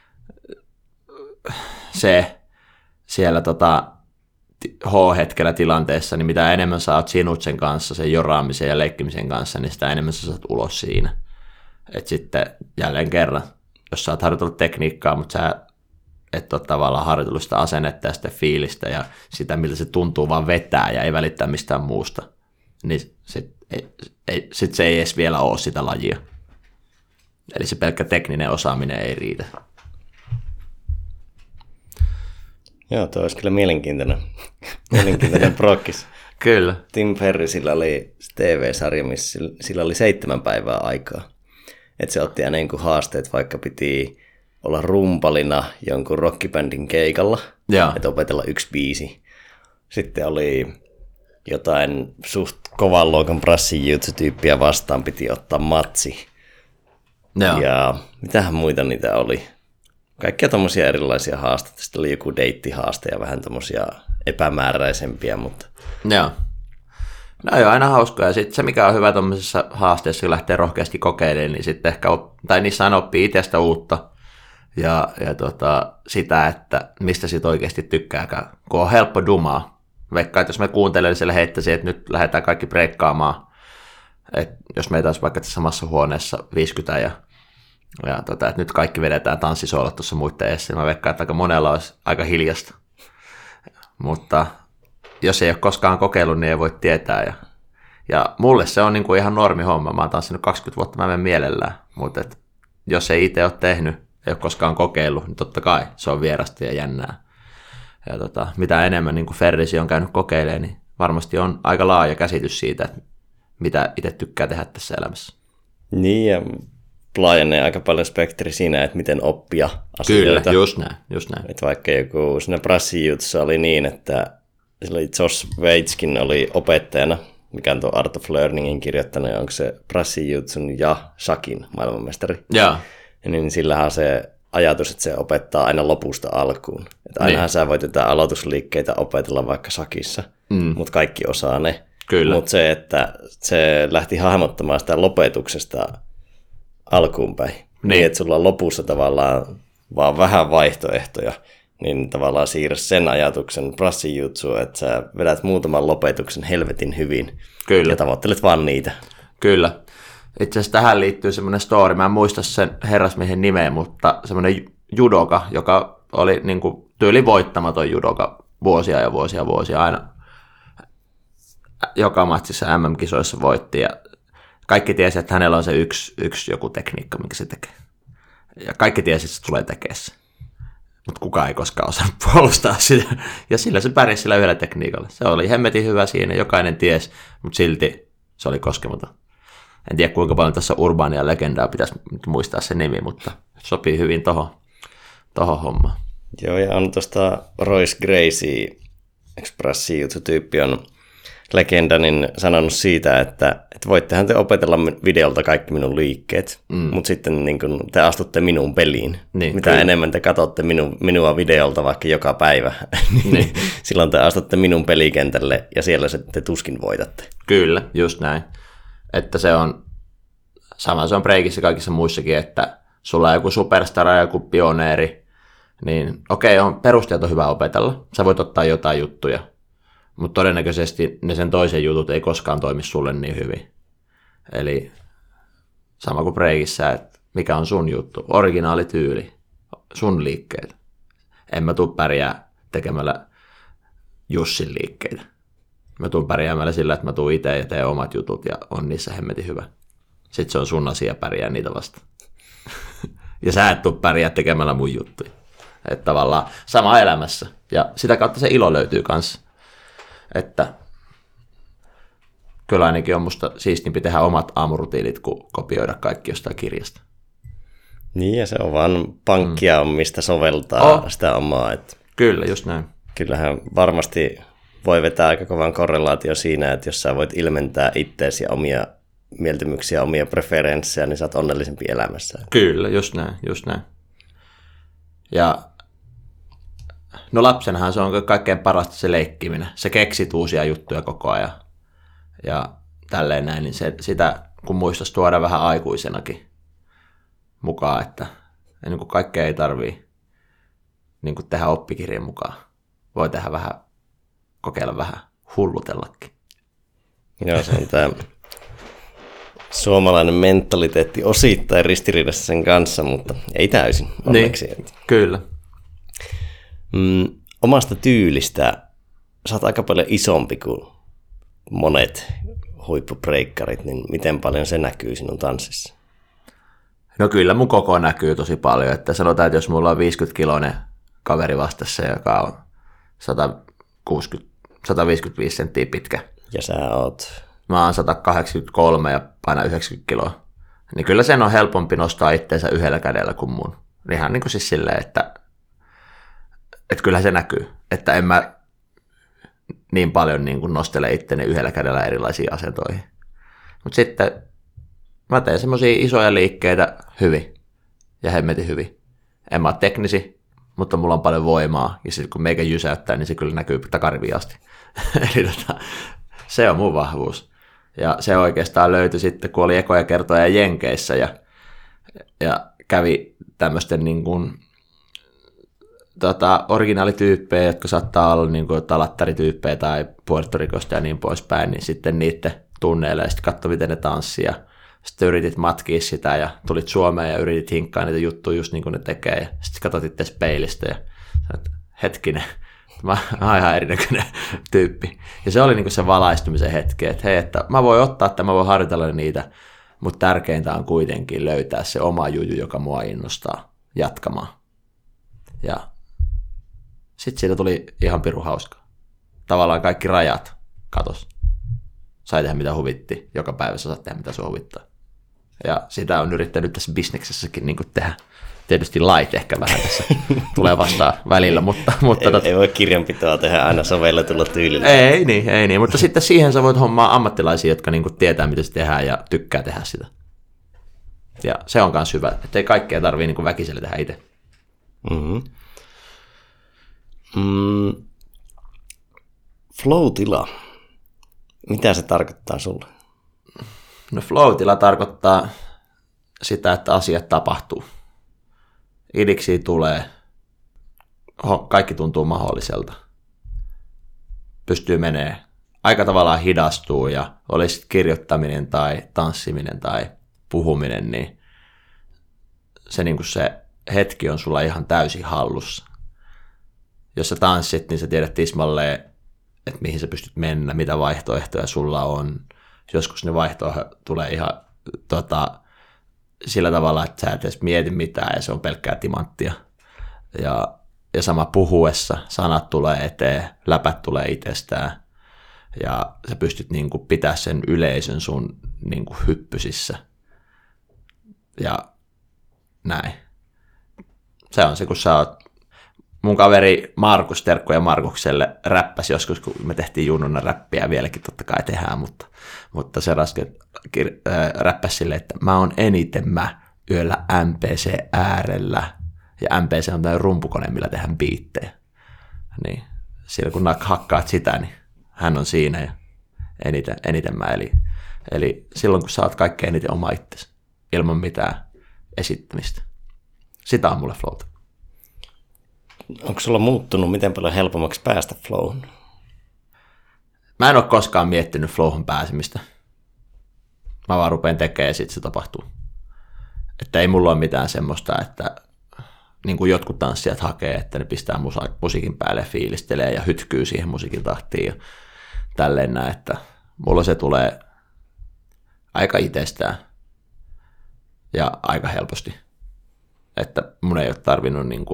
se siellä tota, H-hetkellä tilanteessa, niin mitä enemmän sä oot sinut sen kanssa, sen joraamisen ja leikkimisen kanssa, niin sitä enemmän sä saat ulos siinä. Että sitten jälleen kerran, jos sä oot harjoitellut tekniikkaa, mutta sä et ole tavallaan harjoitellut sitä asennetta ja sitä fiilistä ja sitä, miltä se tuntuu vaan vetää ja ei välittää mistään muusta, niin sit, ei, ei, sit se ei edes vielä ole sitä lajia. Eli se pelkkä tekninen osaaminen ei riitä. Joo, tuo olisi kyllä mielenkiintoinen, mielenkiintoinen prokkis. Kyllä. Tim Ferrissillä oli T V-sarja, missä sillä oli seitsemän päivää aikaa. Että se otti aina niin kuin haasteet, vaikka piti olla rumpalina jonkun rockibändin keikalla, Jaa. että opetella yksi biisi. Sitten oli jotain suht kovan luokan brassijutsu-tyyppiä vastaan, piti ottaa matsi. Jaa. Ja mitähän muita niitä oli? Kaikkia tommosia erilaisia haasteita. Sitten oli joku deittihaaste ja vähän tommosia epämääräisempiä, mutta... Joo. No joo, aina hauskaa. Ja sitten se, mikä on hyvä tuommoisessa haasteessa, kun lähtee rohkeasti kokeilemaan, niin sitten ehkä, op- tai niissä aina oppii itsestä uutta. Ja, ja tota, sitä, että mistä sit oikeasti tykkääkään, kun on helppo dumaa. Vaikka, että jos me kuuntelemiselle heittäisiin, että nyt lähdetään kaikki breikkaamaan, että jos meitä olisi vaikka tässä samassa huoneessa viisikymmentä ja, ja tota, että nyt kaikki vedetään tanssisoolot tuossa muiden edessä, niin mä veikkaan, että aika monella olisi aika hiljasta. Mutta jos ei ole koskaan kokeillut, niin ei voi tietää. Ja, ja mulle se on niin kuin ihan normi homma. Mä oon tanssinut kaksikymmentä vuotta, mä menen mielellään. Mutta et, jos ei itse ole tehnyt, ei ole koskaan kokeillut, niin totta kai se on vierasta ja jännää. Ja tota, mitä enemmän niin kuin Ferrisi on käynyt kokeilemaan, niin varmasti on aika laaja käsitys siitä, että mitä itse tykkää tehdä tässä elämässä. Niin, ja laajenee aika paljon spektri siinä, että miten oppia asioita. Kyllä, just näin. Just näin. Että vaikka joku siinä brassijutsussa oli niin, että silloin Josh Waitskin oli opettajana, mikä on tuo Art of Learningin kirjoittanut, ja onko se brassijutsun ja shakin maailmanmestari. Joo. Niin sillähän on se ajatus, että se opettaa aina lopusta alkuun. Että ainahan niin. Sä voit jotain aloitusliikkeitä opetella vaikka shakissa, mm. mutta kaikki osaa ne. Kyllä. Mutta se, että se lähti hahmottamaan sitä lopetuksesta alkuun päin. Niin. niin, että sulla on lopussa tavallaan vaan vähän vaihtoehtoja, niin tavallaan siirrä sen ajatuksen brassijutsuun, että sä vedät muutaman lopetuksen helvetin hyvin. Kyllä. Ja tavoittelet vaan niitä. Kyllä. Itse asiassa tähän liittyy semmoinen story, mä en muista sen herrasmiehen nimeä, mutta semmoinen judoka, joka oli niin kuin tyyli voittamaton judoka vuosia ja vuosia vuosia aina. Joka matsissa M M-kisoissa voitti ja kaikki tiesi, että hänellä on se yksi, yksi joku tekniikka, minkä se tekee. Ja kaikki tiesi, että se tulee tekemään se. Mutta kukaan ei koskaan osannut puolustaa sitä. Ja sillä se pärjäsi sillä yhdellä tekniikalla. Se oli hemmetin hyvä siinä, jokainen ties, mutta silti se oli koskematon. En tiedä, kuinka paljon tässä urbaania legendaa pitäisi muistaa se nimi, mutta sopii hyvin tohon, tohon hommaan. Joo, ja on tuosta Royce Gracie, brassijutsu-tyyppi on legenda, niin sanonut siitä, että, että voittehan te opetella videolta kaikki minun liikkeet, mm. mutta sitten niin kun te astutte minun peliin. Niin, mitä kyllä. enemmän te katsotte minu, minua videolta vaikka joka päivä, niin silloin te astutte minun pelikentälle ja siellä se, te tuskin voitatte. Kyllä, just näin. Että se on, sama se on breikissä kaikissa muissakin, että sulla on joku superstara ja joku pioneeri, niin okei, on perusteet on hyvä opetella, sä voit ottaa jotain juttuja, mutta todennäköisesti ne sen toisen jutut ei koskaan toimi sulle niin hyvin. Eli sama kuin breikissä, että mikä on sun juttu, originaalityyli, sun liikkeet. En mä tuu pärjää tekemällä Jussin liikkeitä. Mä tuun pärjäämällä sillä, että mä tuun itse ja teen omat jutut ja on niissä hemmetin hyvä. Sitten se on sun asia pärjää niitä vasta. Ja sä et tuu pärjää tekemällä mun juttuja. Että tavallaan sama elämässä. Ja sitä kautta se ilo löytyy kanssa. Että kyllä ainakin on musta siistimpi tehdä omat aamurutiinit, kuin kopioida kaikki jostain kirjasta. Niin, ja se on vaan pankkia, mm. mistä soveltaa oh. sitä omaa. Että kyllä, just näin. Kyllähän varmasti voi vetää aika kovan korrelaatio siinä, että jos sä voit ilmentää itseäsi ja omia mieltymyksiä, omia preferenssejä, niin sä oot onnellisempi elämässä. Kyllä, just näin, just näin. Ja no lapsenahan se on kaikkein parasta se leikkiminen. Se keksit uusia juttuja koko ajan. Ja tälleen näin, niin se, sitä kun muistaisi tuoda vähän aikuisenakin mukaan, että niin kuin kaikkea ei tarvii niin kuin tehdä oppikirjan mukaan. Voi tehdä vähän, kokeilla vähän, hullutellakin. Joo, se on tämä suomalainen mentaliteetti osittain ristiriidassa sen kanssa, mutta ei täysin, onneksi. Niin, kyllä. Mm, omasta tyylistä sä oot aika paljon isompi kuin monet huippubreikkarit, niin miten paljon se näkyy sinun tanssissa? No kyllä mun koko näkyy tosi paljon, että sanotaan, että jos mulla on viisikymmentä-kiloinen kaveri vastassa, joka on sata kuusikymmentä, sata viisikymmentäviisi senttiä pitkä. Ja sä oot? Mä oon sata kahdeksankymmentäkolme ja paina yhdeksänkymmentä kiloa. Niin kyllä sen on helpompi nostaa itteensä yhdellä kädellä kuin mun. Ihan niin kuin siis silleen, että, että kyllä se näkyy. Että en mä niin paljon niin kuin nostele itteni yhdellä kädellä erilaisiin asentoihin. Mutta sitten mä teen semmosia isoja liikkeitä hyvin ja hemmetin hyvin. En mä ole teknisi, mutta mulla on paljon voimaa. Ja sitten kun meikä jysäyttää, niin se kyllä näkyy takariviin asti. Eli tota, se on mun vahvuus. Ja se oikeastaan löytyi sitten, kun oli ekoja kertoja Jenkeissä ja, ja kävi tämmöisten niin kuin, tota, originaalityyppejä, jotka saattaa olla niin kuin lattarityyppejä tai Puerto Ricosta ja niin poispäin, niin sitten niiden tunneille ja sitten katsoi, miten ne tanssii ja sitten yritit matkia sitä ja tulit Suomeen ja yritit hinkkaa niitä juttuja just niin kuin ne tekee ja sitten katsot itse peilistä ja sanoit, hetkinen, mä oon ihan erinäköinen tyyppi. Ja se oli niin kuin se valaistumisen hetki, että hei, että mä voin ottaa, että mä voin harjoitella niitä, mutta tärkeintä on kuitenkin löytää se oma juju, joka mua innostaa jatkamaan. Ja sitten siitä tuli ihan pirun hauska. Tavallaan kaikki rajat katos. Sai tehdä mitä huvitti. Joka päivä sä saat tehdä mitä sua huvittaa. Ja sitä on yrittänyt tässä bisneksessäkin niin kuin tehdä. Tietysti lait ehkä vähän tässä tulee vastaan välillä, mutta... mutta ei, tot... ei voi kirjanpitoa tehdä aina sovelletulla tyylillä. Ei niin, ei niin, mutta sitten siihen sä voit hommaa ammattilaisia, jotka niin kuin tietää, miten se tehdään ja tykkää tehdä sitä. Ja se on myös hyvä, että ei kaikkea tarvitse niin kuin väkisellä tehdä itse. Mm-hmm. Mm. Flow-tila. Mitä se tarkoittaa sulle? No flow-tila tarkoittaa sitä, että asiat tapahtuu. Idiksi tulee, kaikki tuntuu mahdolliselta. Pystyy menee. Aika tavallaan hidastuu ja olisi kirjoittaminen tai tanssiminen tai puhuminen, niin se, niin kuin se hetki on sulla ihan täysin hallussa. Jos sä tanssit, niin sä tiedät tismalleen, että mihin sä pystyt mennä, mitä vaihtoehtoja sulla on. Joskus ne vaihtoehdot tulee ihan tota, sillä tavalla, että sä et edes mieti mitään ja se on pelkkää timanttia. Ja, ja sama puhuessa, sanat tulee eteen, läpät tulee itsestään ja sä pystyt niin kuin pitää sen yleisön sun niin kuin hyppysissä. Ja näin. Se on se, kun sä oot. Mun kaveri Markus, terkkuja Markukselle, räppäsi joskus, kun me tehtiin junnuna räppiä, vieläkin totta kai tehdään, mutta, mutta se raske kir- äh, räppäsi silleen, että mä oon eniten mä yöllä M P C äärellä, ja M P C on tämmöinen rumpukone, millä tehdään biittejä. Niin siellä kun hakkaat sitä, niin hän on siinä ja eniten, eniten mä. Eli, eli silloin, kun sä oot kaikkein eniten oma itsesi, ilman mitään esittämistä. Sitä on mulle flowta. Onko sulla muuttunut miten paljon helpommaksi päästä flowhun? Mä en ole koskaan miettinyt flowhun pääsemistä. Mä vaan rupean tekemään ja sitten se tapahtuu. Että ei mulla ole mitään semmoista, että niin kuin jotkut tanssijat hakee, että ne pistää musa- musiikin päälle, fiilistelee ja hytkyy siihen musiikin tahtiin ja tälleen näin, että mulla se tulee aika itsestään ja aika helposti. Että mun ei ole tarvinnut niin kuin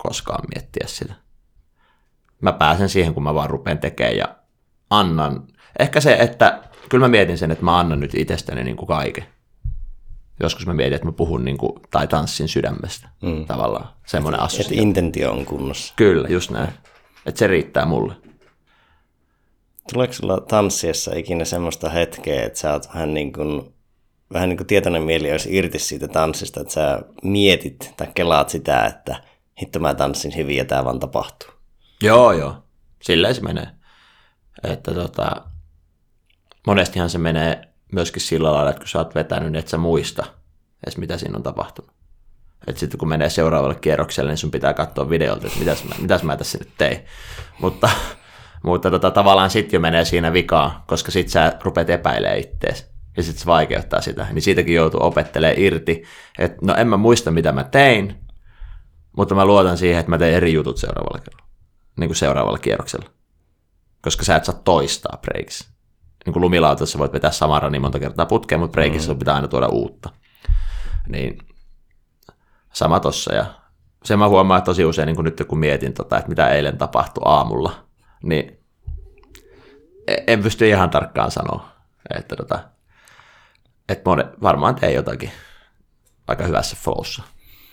koskaan miettiä sitä. Mä pääsen siihen, kun mä vaan rupean tekemään ja annan. Ehkä se, että kyllä mä mietin sen, että mä annan nyt itsestäni niin kuin kaiken. Joskus mä mietin, että mä puhun niin kuin, tai tanssin sydämestä mm. tavallaan. Semmoinen assosio. Että intentio on kunnossa. Kyllä, just näin. Että se riittää mulle. Tuleeko sulla tanssiessa ikinä semmoista hetkeä, että sä oot vähän niin kuin, vähän niin kuin tietoinen mieli olisi irti siitä tanssista, että sä mietit tai kelaat sitä, että hitto mä tanssin hyvin ja tää vaan tapahtuu? Joo, joo. Silleen se menee. Että tota, monestihan se menee myöskin sillä lailla, että kun sä oot vetänyt, niin et sä muista edes mitä siinä on tapahtunut. Että sitten kun menee seuraavalle kierrokselle, niin sun pitää katsoa videolta, että mitäs mä, mitäs mä tässä nyt tein. Mutta, mutta tota, tavallaan sitten jo menee siinä vikaan, koska sit sä rupeat epäilemään ittees. Ja sitten se vaikeuttaa sitä. Niin siitäkin joutuu opettelemaan irti, että no en mä muista mitä mä tein, mutta mä luotan siihen, että mä teen eri jutut seuraavalla kerralla. Niin kuin seuraavalla kierroksella. Koska sä et saa toistaa breakissä. Niin kuin lumilautassa voit vetää samaa rania monta kertaa putkeen, mutta breakissä mm. pitää aina tuoda uutta. Niin sama tossa. Ja sen mä huomaan että tosi usein, niin kuin nyt kun mietin, tota, että mitä eilen tapahtui aamulla, niin en pysty ihan tarkkaan sanoa, että, tota, että varmaan tein jotakin aika hyvässä flowssa.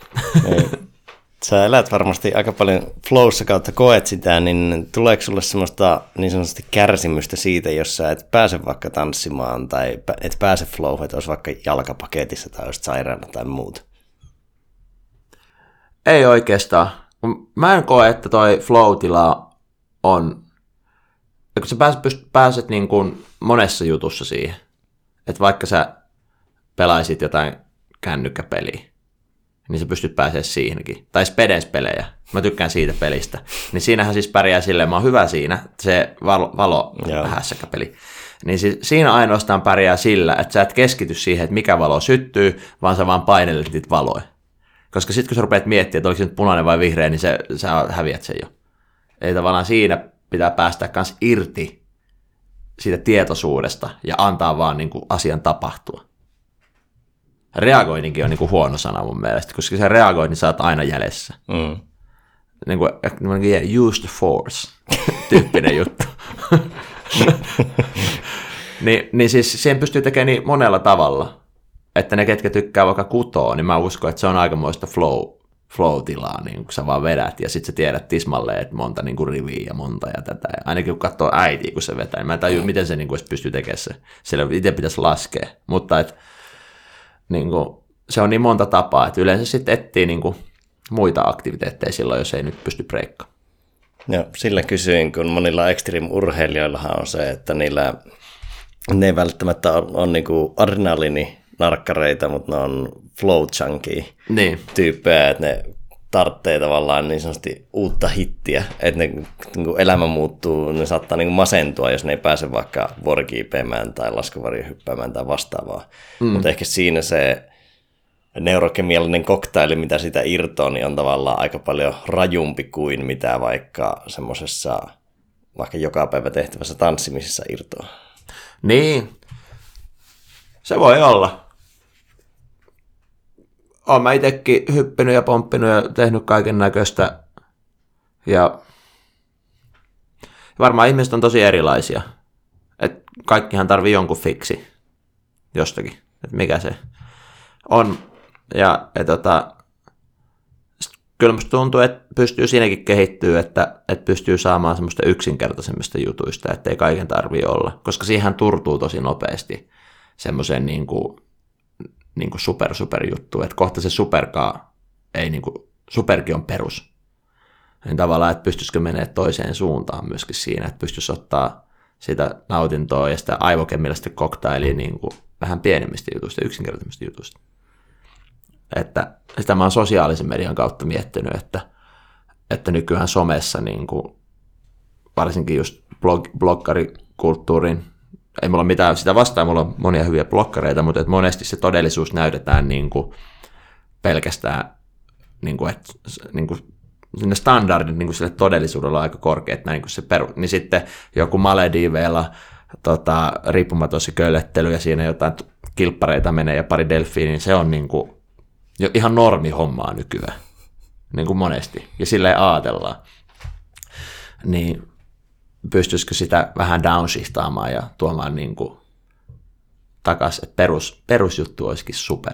Sä elät varmasti aika paljon flowssa kautta koet sitä, niin tuleeko sulle semmoista niin sanotusti kärsimystä siitä, jos sä et pääse vaikka tanssimaan tai et pääse flowhun, että olisi vaikka jalkapaketissa tai olisi sairaana tai muuta? Ei oikeastaan. Mä en koe, että toi flow-tila on, kun sä pääset, pääset niin kuin monessa jutussa siihen, että vaikka sä pelaisit jotain kännykkäpeliä, niin sä pystyt pääsemään siihenkin. Tai Spedens-pelejä, mä tykkään siitä pelistä. Niin siinähän siis pärjää silleen, mä oon hyvä siinä, se valo, valo hässäkkäpeli. Niin siis siinä ainoastaan pärjää sillä, että sä et keskity siihen, että mikä valo syttyy, vaan sä vaan painelet niitä valoja. Koska sitten kun sä rupeat miettimään, että oliko se nyt punainen vai vihreä, niin se, sä häviät sen jo. Eli tavallaan siinä pitää päästä kans irti siitä tietoisuudesta ja antaa vaan niin kuin asian tapahtua. Reagoinninkin on niin kuin huono sana mun mielestä, koska sä reagoit, niin sä oot aina jäljessä. Mm. Niin kuin, yeah, use the force, tyyppinen juttu. niin, niin siis sen pystyy tekemään niin monella tavalla, että ne, ketkä tykkää vaikka kutoa, niin mä uskon, että se on aikamoista flow, flow-tilaa, niin kun sä vaan vedät, ja sit sä tiedät tismalleen, että monta niin kuin riviä ja monta ja tätä. Ja ainakin kun katsoo äitiä, kun se vetää, niin mä en tajua, miten se niin kuin pystyy tekemään se. Siellä itse pitäisi laskea, mutta et, niin kuin, se on niin monta tapaa, että yleensä sitten etsii niin kuin muita aktiviteetteja silloin, jos ei nyt pysty breikkaamaan. Joo, sillä kysyin, kun monilla extreme-urheilijoillahan on se, että niillä ne ei välttämättä ole, on niin kuin adrenaliininarkkareita, mutta ne on flow junkie niin. tyyppejä, että ne tarvitsee tavallaan niin sanotusti uutta hittiä, että ne, niin kuin elämä muuttuu, ne saattaa niin kuin masentua, jos ne ei pääse vaikka vuorikiipeämään tai laskuvarjo hyppäämään tai vastaavaa. Mm. Mutta ehkä siinä se neurokemiallinen koktaili, mitä sitä irtoaa, niin on tavallaan aika paljon rajumpi kuin mitä vaikka semmoisessa vaikka joka päivä tehtävässä tanssimisessa irtoaa. Niin, se voi olla. Olen mä itsekin hyppinyt ja pomppinut ja tehnyt kaiken näköistä. Ja varmaan ihmiset on tosi erilaisia. Et kaikkihan tarvii jonkun fiksi jostakin, että mikä se on. Ja et tota, kyllä musta tuntuu, että pystyy siinäkin kehittyä, että, että pystyy saamaan semmoista yksinkertaisemmista jutuista, että ei kaiken tarvitse olla. Koska siihen turtuu tosi nopeasti semmoiseen niin kuin, niin kuin super super juttuun, että kohta se superkaa ei niin kuin, superkin on perus. Niin tavallaan, että pystyisikö menemään toiseen suuntaan myöskin siinä, että pystyisi ottaa sitä nautintoa ja sitä aivokemillistä koktailia niin kuin vähän pienemmistä jutuista, yksinkertaisemmista jutuista. Että sitä mä oon sosiaalisen median kautta miettinyt, että, että nykyään somessa niin kuin, varsinkin just blog, bloggarikulttuurin, ei mulla mitään sitä vastaan, mulla on monia hyviä bloggareita, mutta että monesti se todellisuus näytetään niin kuin pelkästään, niin kuin, että niin kuin, ne standardit niin kuin sille todellisuudella on aika korkeat, näin kuin se peru, niin sitten joku Malediiveilla tota, riippumaton se köllettely ja siinä jotain kilppareita menee ja pari delfiiniä, niin se on niin kuin jo ihan normi hommaa nykyään. niin kuin monesti, ja silleen ajatellaan. Niin pystyisikö sitä vähän downshiftaamaan ja tuomaan niin kuin takaisin, että perus, perusjuttu olisikin super.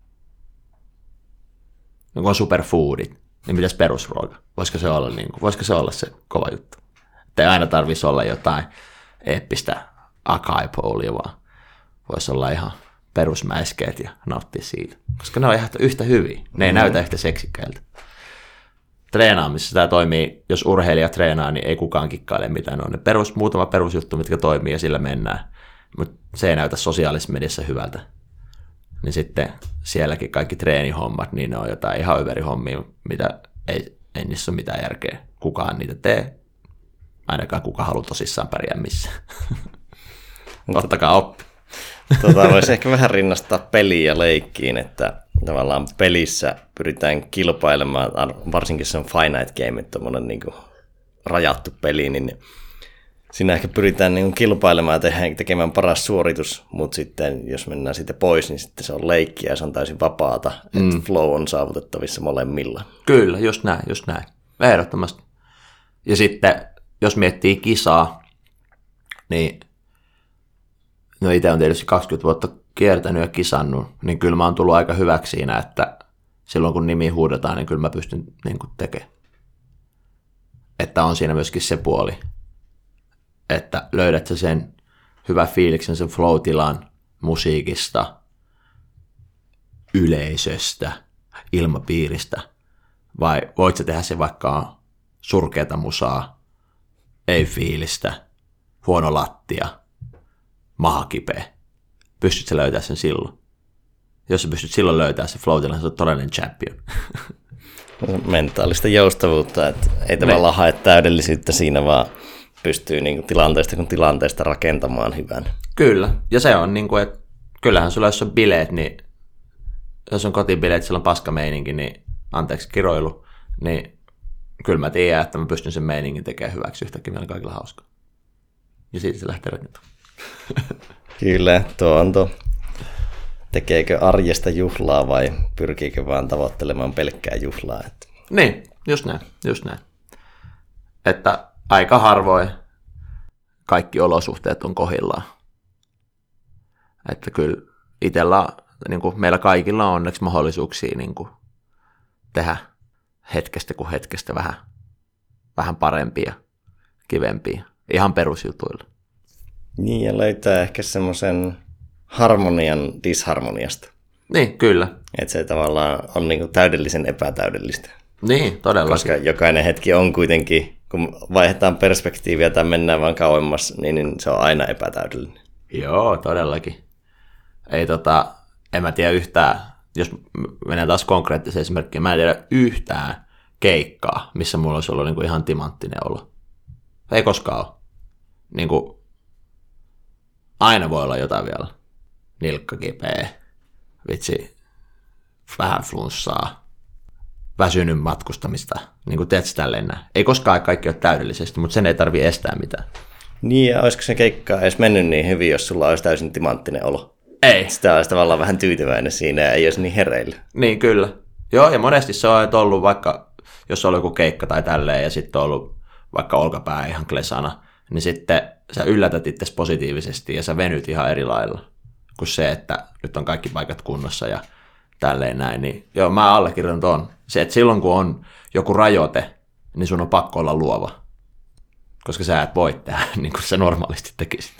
Niin kun on superfoodit, niin mitäs perusruoka? Voisiko se olla, niin kuin, voisiko se, olla se kova juttu? Että ei aina tarvitsisi olla jotain eeppistä acai bowlia, vaan voisi olla ihan perusmäiskeet ja nauttia siitä. Koska ne on ihan yhtä hyviä. Ne ei mm. näytä yhtä seksikkäiltä. Treenaamisessa tämä toimii, jos urheilija treenaa, niin ei kukaan kikkaile mitään. Ne on ne perus, muutama perusjuttu, mitkä toimii ja sillä mennään. Mutta se ei näytä sosiaalisessa mediassa hyvältä. Niin sitten sielläkin kaikki treenihommat, niin ne on jotain ihan överihommia, mitä ei, ei niissä ole mitään järkeä. Kukaan niitä tee. Ainakaan kuka haluaa tosissaan pärjää missään. Ottakaa oppi. Tota, voisi ehkä vähän rinnastaa peliin ja leikkiin, että tavallaan pelissä pyritään kilpailemaan, varsinkin se on finite game, tommoinen niin kuin rajattu peli, niin siinä ehkä pyritään niin kuin kilpailemaan ja tehdään, tekemään paras suoritus, mutta sitten jos mennään siitä pois, niin sitten se on leikkiä ja se on täysin vapaata, mm. että flow on saavutettavissa molemmilla. Kyllä, just näin, just näin. Ehdottomasti. Ja sitten, jos miettii kisaa, niin no itse on tietysti kaksikymmentä vuotta kiertänyt ja kisannut, niin kyllä mä oon tullut aika hyväksi siinä, että silloin kun nimi huudetaan, niin kyllä mä pystyn niin kuin tekemään. Että on siinä myöskin se puoli, että löydät sä sen hyvän fiiliksen, sen flow-tilan musiikista, yleisöstä, ilmapiiristä, vai voit sä tehdä se vaikka surkeata musaa, ei fiilistä, huono lattia, maha kipeä. Pystyt sä löytää sen silloin? Jos sä pystyt silloin löytää se flow-tilan, se on todellinen champion. Mentaalista joustavuutta, että ei tavallaan hae täydellisyyttä siinä, vaan pystyy niin kuin tilanteesta kun tilanteesta rakentamaan hyvän. Kyllä, ja se on niin kuin, että kyllähän sulla jos on bileet, niin jos on kotibileet, sillä on paskameininki, niin anteeksi kiroilu, niin kyllä mä tiedän, että mä pystyn sen meiningin tekemään hyväksi yhtäkkiä, meillä kaikilla hauskaa. Ja siitä se lähtee rakentamaan. Kyllä, tuo on tuo. Tekeekö arjesta juhlaa vai pyrkiikö vaan tavoittelemaan pelkkää juhlaa? Että... Niin, just näin, just näin. Että aika harvoin kaikki olosuhteet on kohdillaan. Että kyllä itsellä, niin kuin meillä kaikilla on onneksi mahdollisuuksia niin kuin tehdä hetkestä kuin hetkestä vähän, vähän parempia, kivempia, ihan perusjutuilla. Niin, ja löytää ehkä semmoisen harmonian disharmoniasta. Niin, kyllä. Että se tavallaan on niinku täydellisen epätäydellistä. Niin, todellakin. Koska jokainen hetki on kuitenkin, kun vaihdetaan perspektiiviä tai mennään vaan kauemmas, niin, niin se on aina epätäydellinen. Joo, todellakin. Ei tota, en mä tiedä yhtään, jos mennään taas konkreettiseen esimerkkiin, mä en tiedä yhtään keikkaa, missä mulla olisi ollut niinku ihan timanttinen olo. Ei koskaan ole. Niinku, aina voi olla jotain vielä. Nilkka kipeä, vitsi, vähän flunssaa, väsynyt matkustamista, niin kuin teet sitä lennää. Ei koskaan kaikki ole täydellisesti, mutta sen ei tarvitse estää mitään. Niin, ja olisiko se keikka edes mennyt niin hyvin, jos sulla olisi täysin timanttinen olo? Ei. Sitä olisi tavallaan vähän tyytyväinen siinä ja ei olisi niin hereillä. Niin, kyllä. Joo, ja monesti se on ollut vaikka, jos on ollut joku keikka tai tälleen, ja sitten on ollut vaikka olkapää ihan klesana, niin sitten sä yllätät itsesi positiivisesti ja sä venyt ihan eri lailla kuin se, että nyt on kaikki paikat kunnossa ja tälleen näin. Niin joo, mä allekirjoitan ton. Se, että silloin kun on joku rajoite, niin sun on pakko olla luova. Koska sä et voi tehdä niin kuin sä normaalisti tekisit.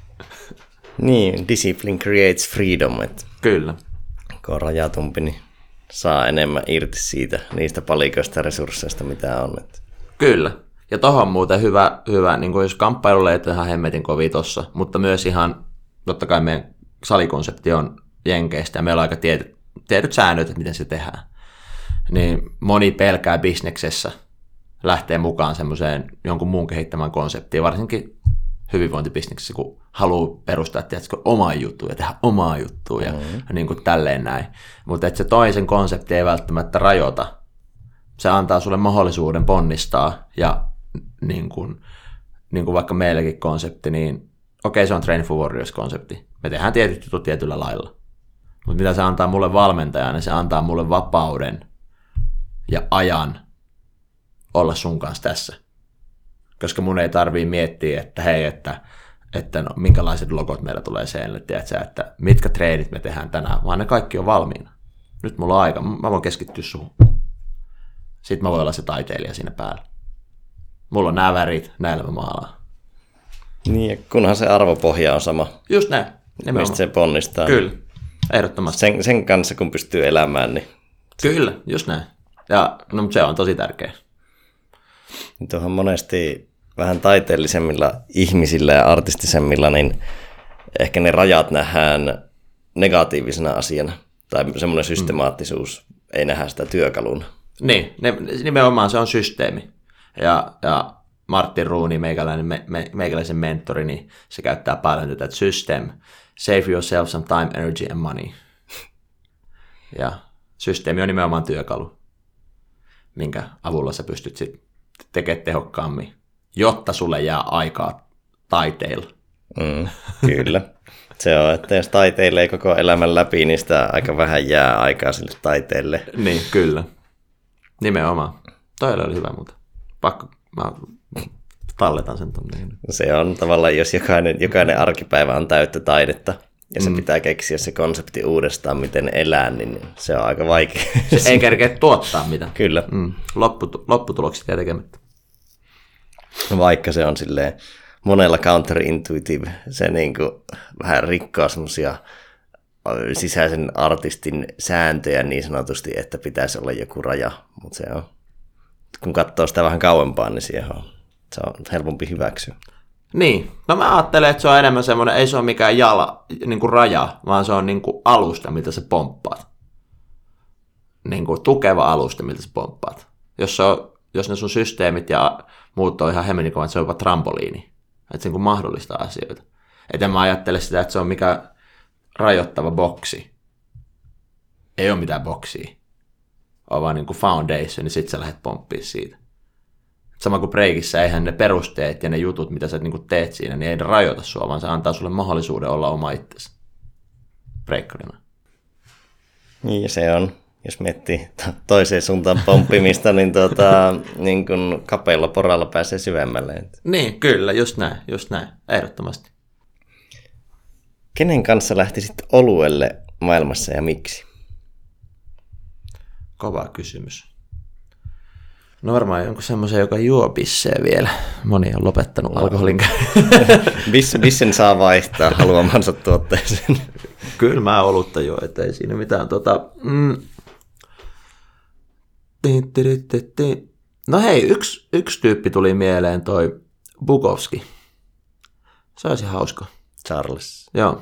Niin, discipline creates freedom. Että kyllä. kun on rajatumpi, niin saa enemmän irti siitä, niistä palikoista ja resursseista, mitä on. Että. Kyllä. Ja tohon muuten hyvä, hyvä niin kuin jos kamppailulle ei ihan hemmetin kovin tossa, mutta myös ihan, totta kai meidän salikonsepti on jenkeistä ja meillä on aika tietyt, tietyt säännöt, että miten se tehdään. Niin moni pelkää bisneksessä lähtee mukaan semmoiseen jonkun muun kehittämään konseptiin, varsinkin hyvinvointibisneksessä, kun haluaa perustaa tiedätkö, omaa juttua ja tehdä omaa juttua ja mm-hmm. niin kuin tälleen näin. Mutta että se toisen konsepti ei välttämättä rajoita. Se antaa sulle mahdollisuuden ponnistaa ja niin kuin, niin kuin vaikka meilläkin konsepti, niin okei, se on Train for Warriors-konsepti. Me tehdään tietyt jutut tietyllä lailla. Mutta mitä se antaa mulle valmentajana, niin se antaa mulle vapauden ja ajan olla sun kanssa tässä. Koska mun ei tarvii miettiä, että hei, että, että no, minkälaiset logot meillä tulee seinälle, tiedätkö, että mitkä treenit me tehdään tänään, vaan ne kaikki on valmiina. Nyt mulla on aika, mä voin keskittyä suhun. Sitten mä voin olla se taiteilija siinä päällä. Mulla on nämä värit, näillä mä maalaan. Niin, ja kunhan se arvopohja on sama. Just näin. Nimenomaan. Mistä se ponnistaa. Kyllä, ehdottomasti. Sen, sen kanssa, kun pystyy elämään, niin... Kyllä, just näin. Ja no, se on tosi tärkeä. Tuohon monesti vähän taiteellisemmilla ihmisillä ja artistisemmilla, niin ehkä ne rajat nähdään negatiivisena asiana. Tai semmoinen systemaattisuus, mm. ei nähdä sitä työkaluna. Niin, ne, nimenomaan se on systeemi. Ja, ja Martin Rooney, meikäläinen, me, me, meikäläisen mentori, niin se käyttää paljon tätä, että system, save yourself some time, energy and money. Ja systeemi on nimenomaan työkalu, minkä avulla sä pystyt sit tekemään tehokkaammin, jotta sulle jää aikaa taiteilla. Mm, kyllä. Se on, että jos taiteilee koko elämän läpi, niin sitä aika vähän jää aikaa sille taiteelle. Niin, kyllä. Nimenomaan. Toi oli hyvä muuta. Pakko, mä talletan sen tonne. Se on tavallaan, jos jokainen, jokainen arkipäivä on täyttä taidetta, ja se mm. pitää keksiä se konsepti uudestaan, miten elää, niin se on aika vaikea. Se ei kerkeä tuottaa mitään. Kyllä. Mm. Lopputu- lopputulokset jää tekemättä. Vaikka se on silleen monella counterintuitive, se niin kuin vähän rikkoo semmoisia sisäisen artistin sääntöjä niin sanotusti, että pitäisi olla joku raja, mutta se on, kun katsoo sitä vähän kauempaa, niin siihen on, se on helpompi hyväksyä. Niin, no mä ajattelen, että se on enemmän semmoinen, ei se ole mikään jala, niin kuin raja, vaan se on niin kuin alusta, miltä sä pomppaat. Niin kuin tukeva alusta, miltä sä pomppaat. Jos, se on, jos ne sun systeemit ja muut on ihan hemmenikovat, että se on jopa trampoliini. Että se niin kuin mahdollistaa asioita. Että mä ajattele sitä, että se on mikään rajoittava boksi. Ei ole mitään boksia. On vaan niin kuin foundation, niin sit sä lähdet pomppiin siitä. Sama kuin breikissä, eihän ne perusteet ja ne jutut, mitä sä niin kuin teet siinä, niin ei ne rajoita sua, vaan se antaa sulle mahdollisuuden olla oma itsesi breikkarina. Niin ja se on, jos miettii toiseen suuntaan pomppimista, niin, tuota, niin kun kapealla poralla pääsee syvemmälle. Niin, kyllä, just näin, just näin, ehdottomasti. Kenen kanssa lähtisit oluelle maailmassa ja miksi? Kova kysymys. No varmaan jonkun semmoisen, joka juo bissee vielä. Moni on lopettanut alkoholin Bis, Bissen saa vaihtaa haluamansa tuotteeseen. Kyllä mä olutta jo, että ei siinä mitään. Tota, mm. No hei, yksi, yksi tyyppi tuli mieleen, toi Bukowski. Se olisi hauska. Charles. Joo.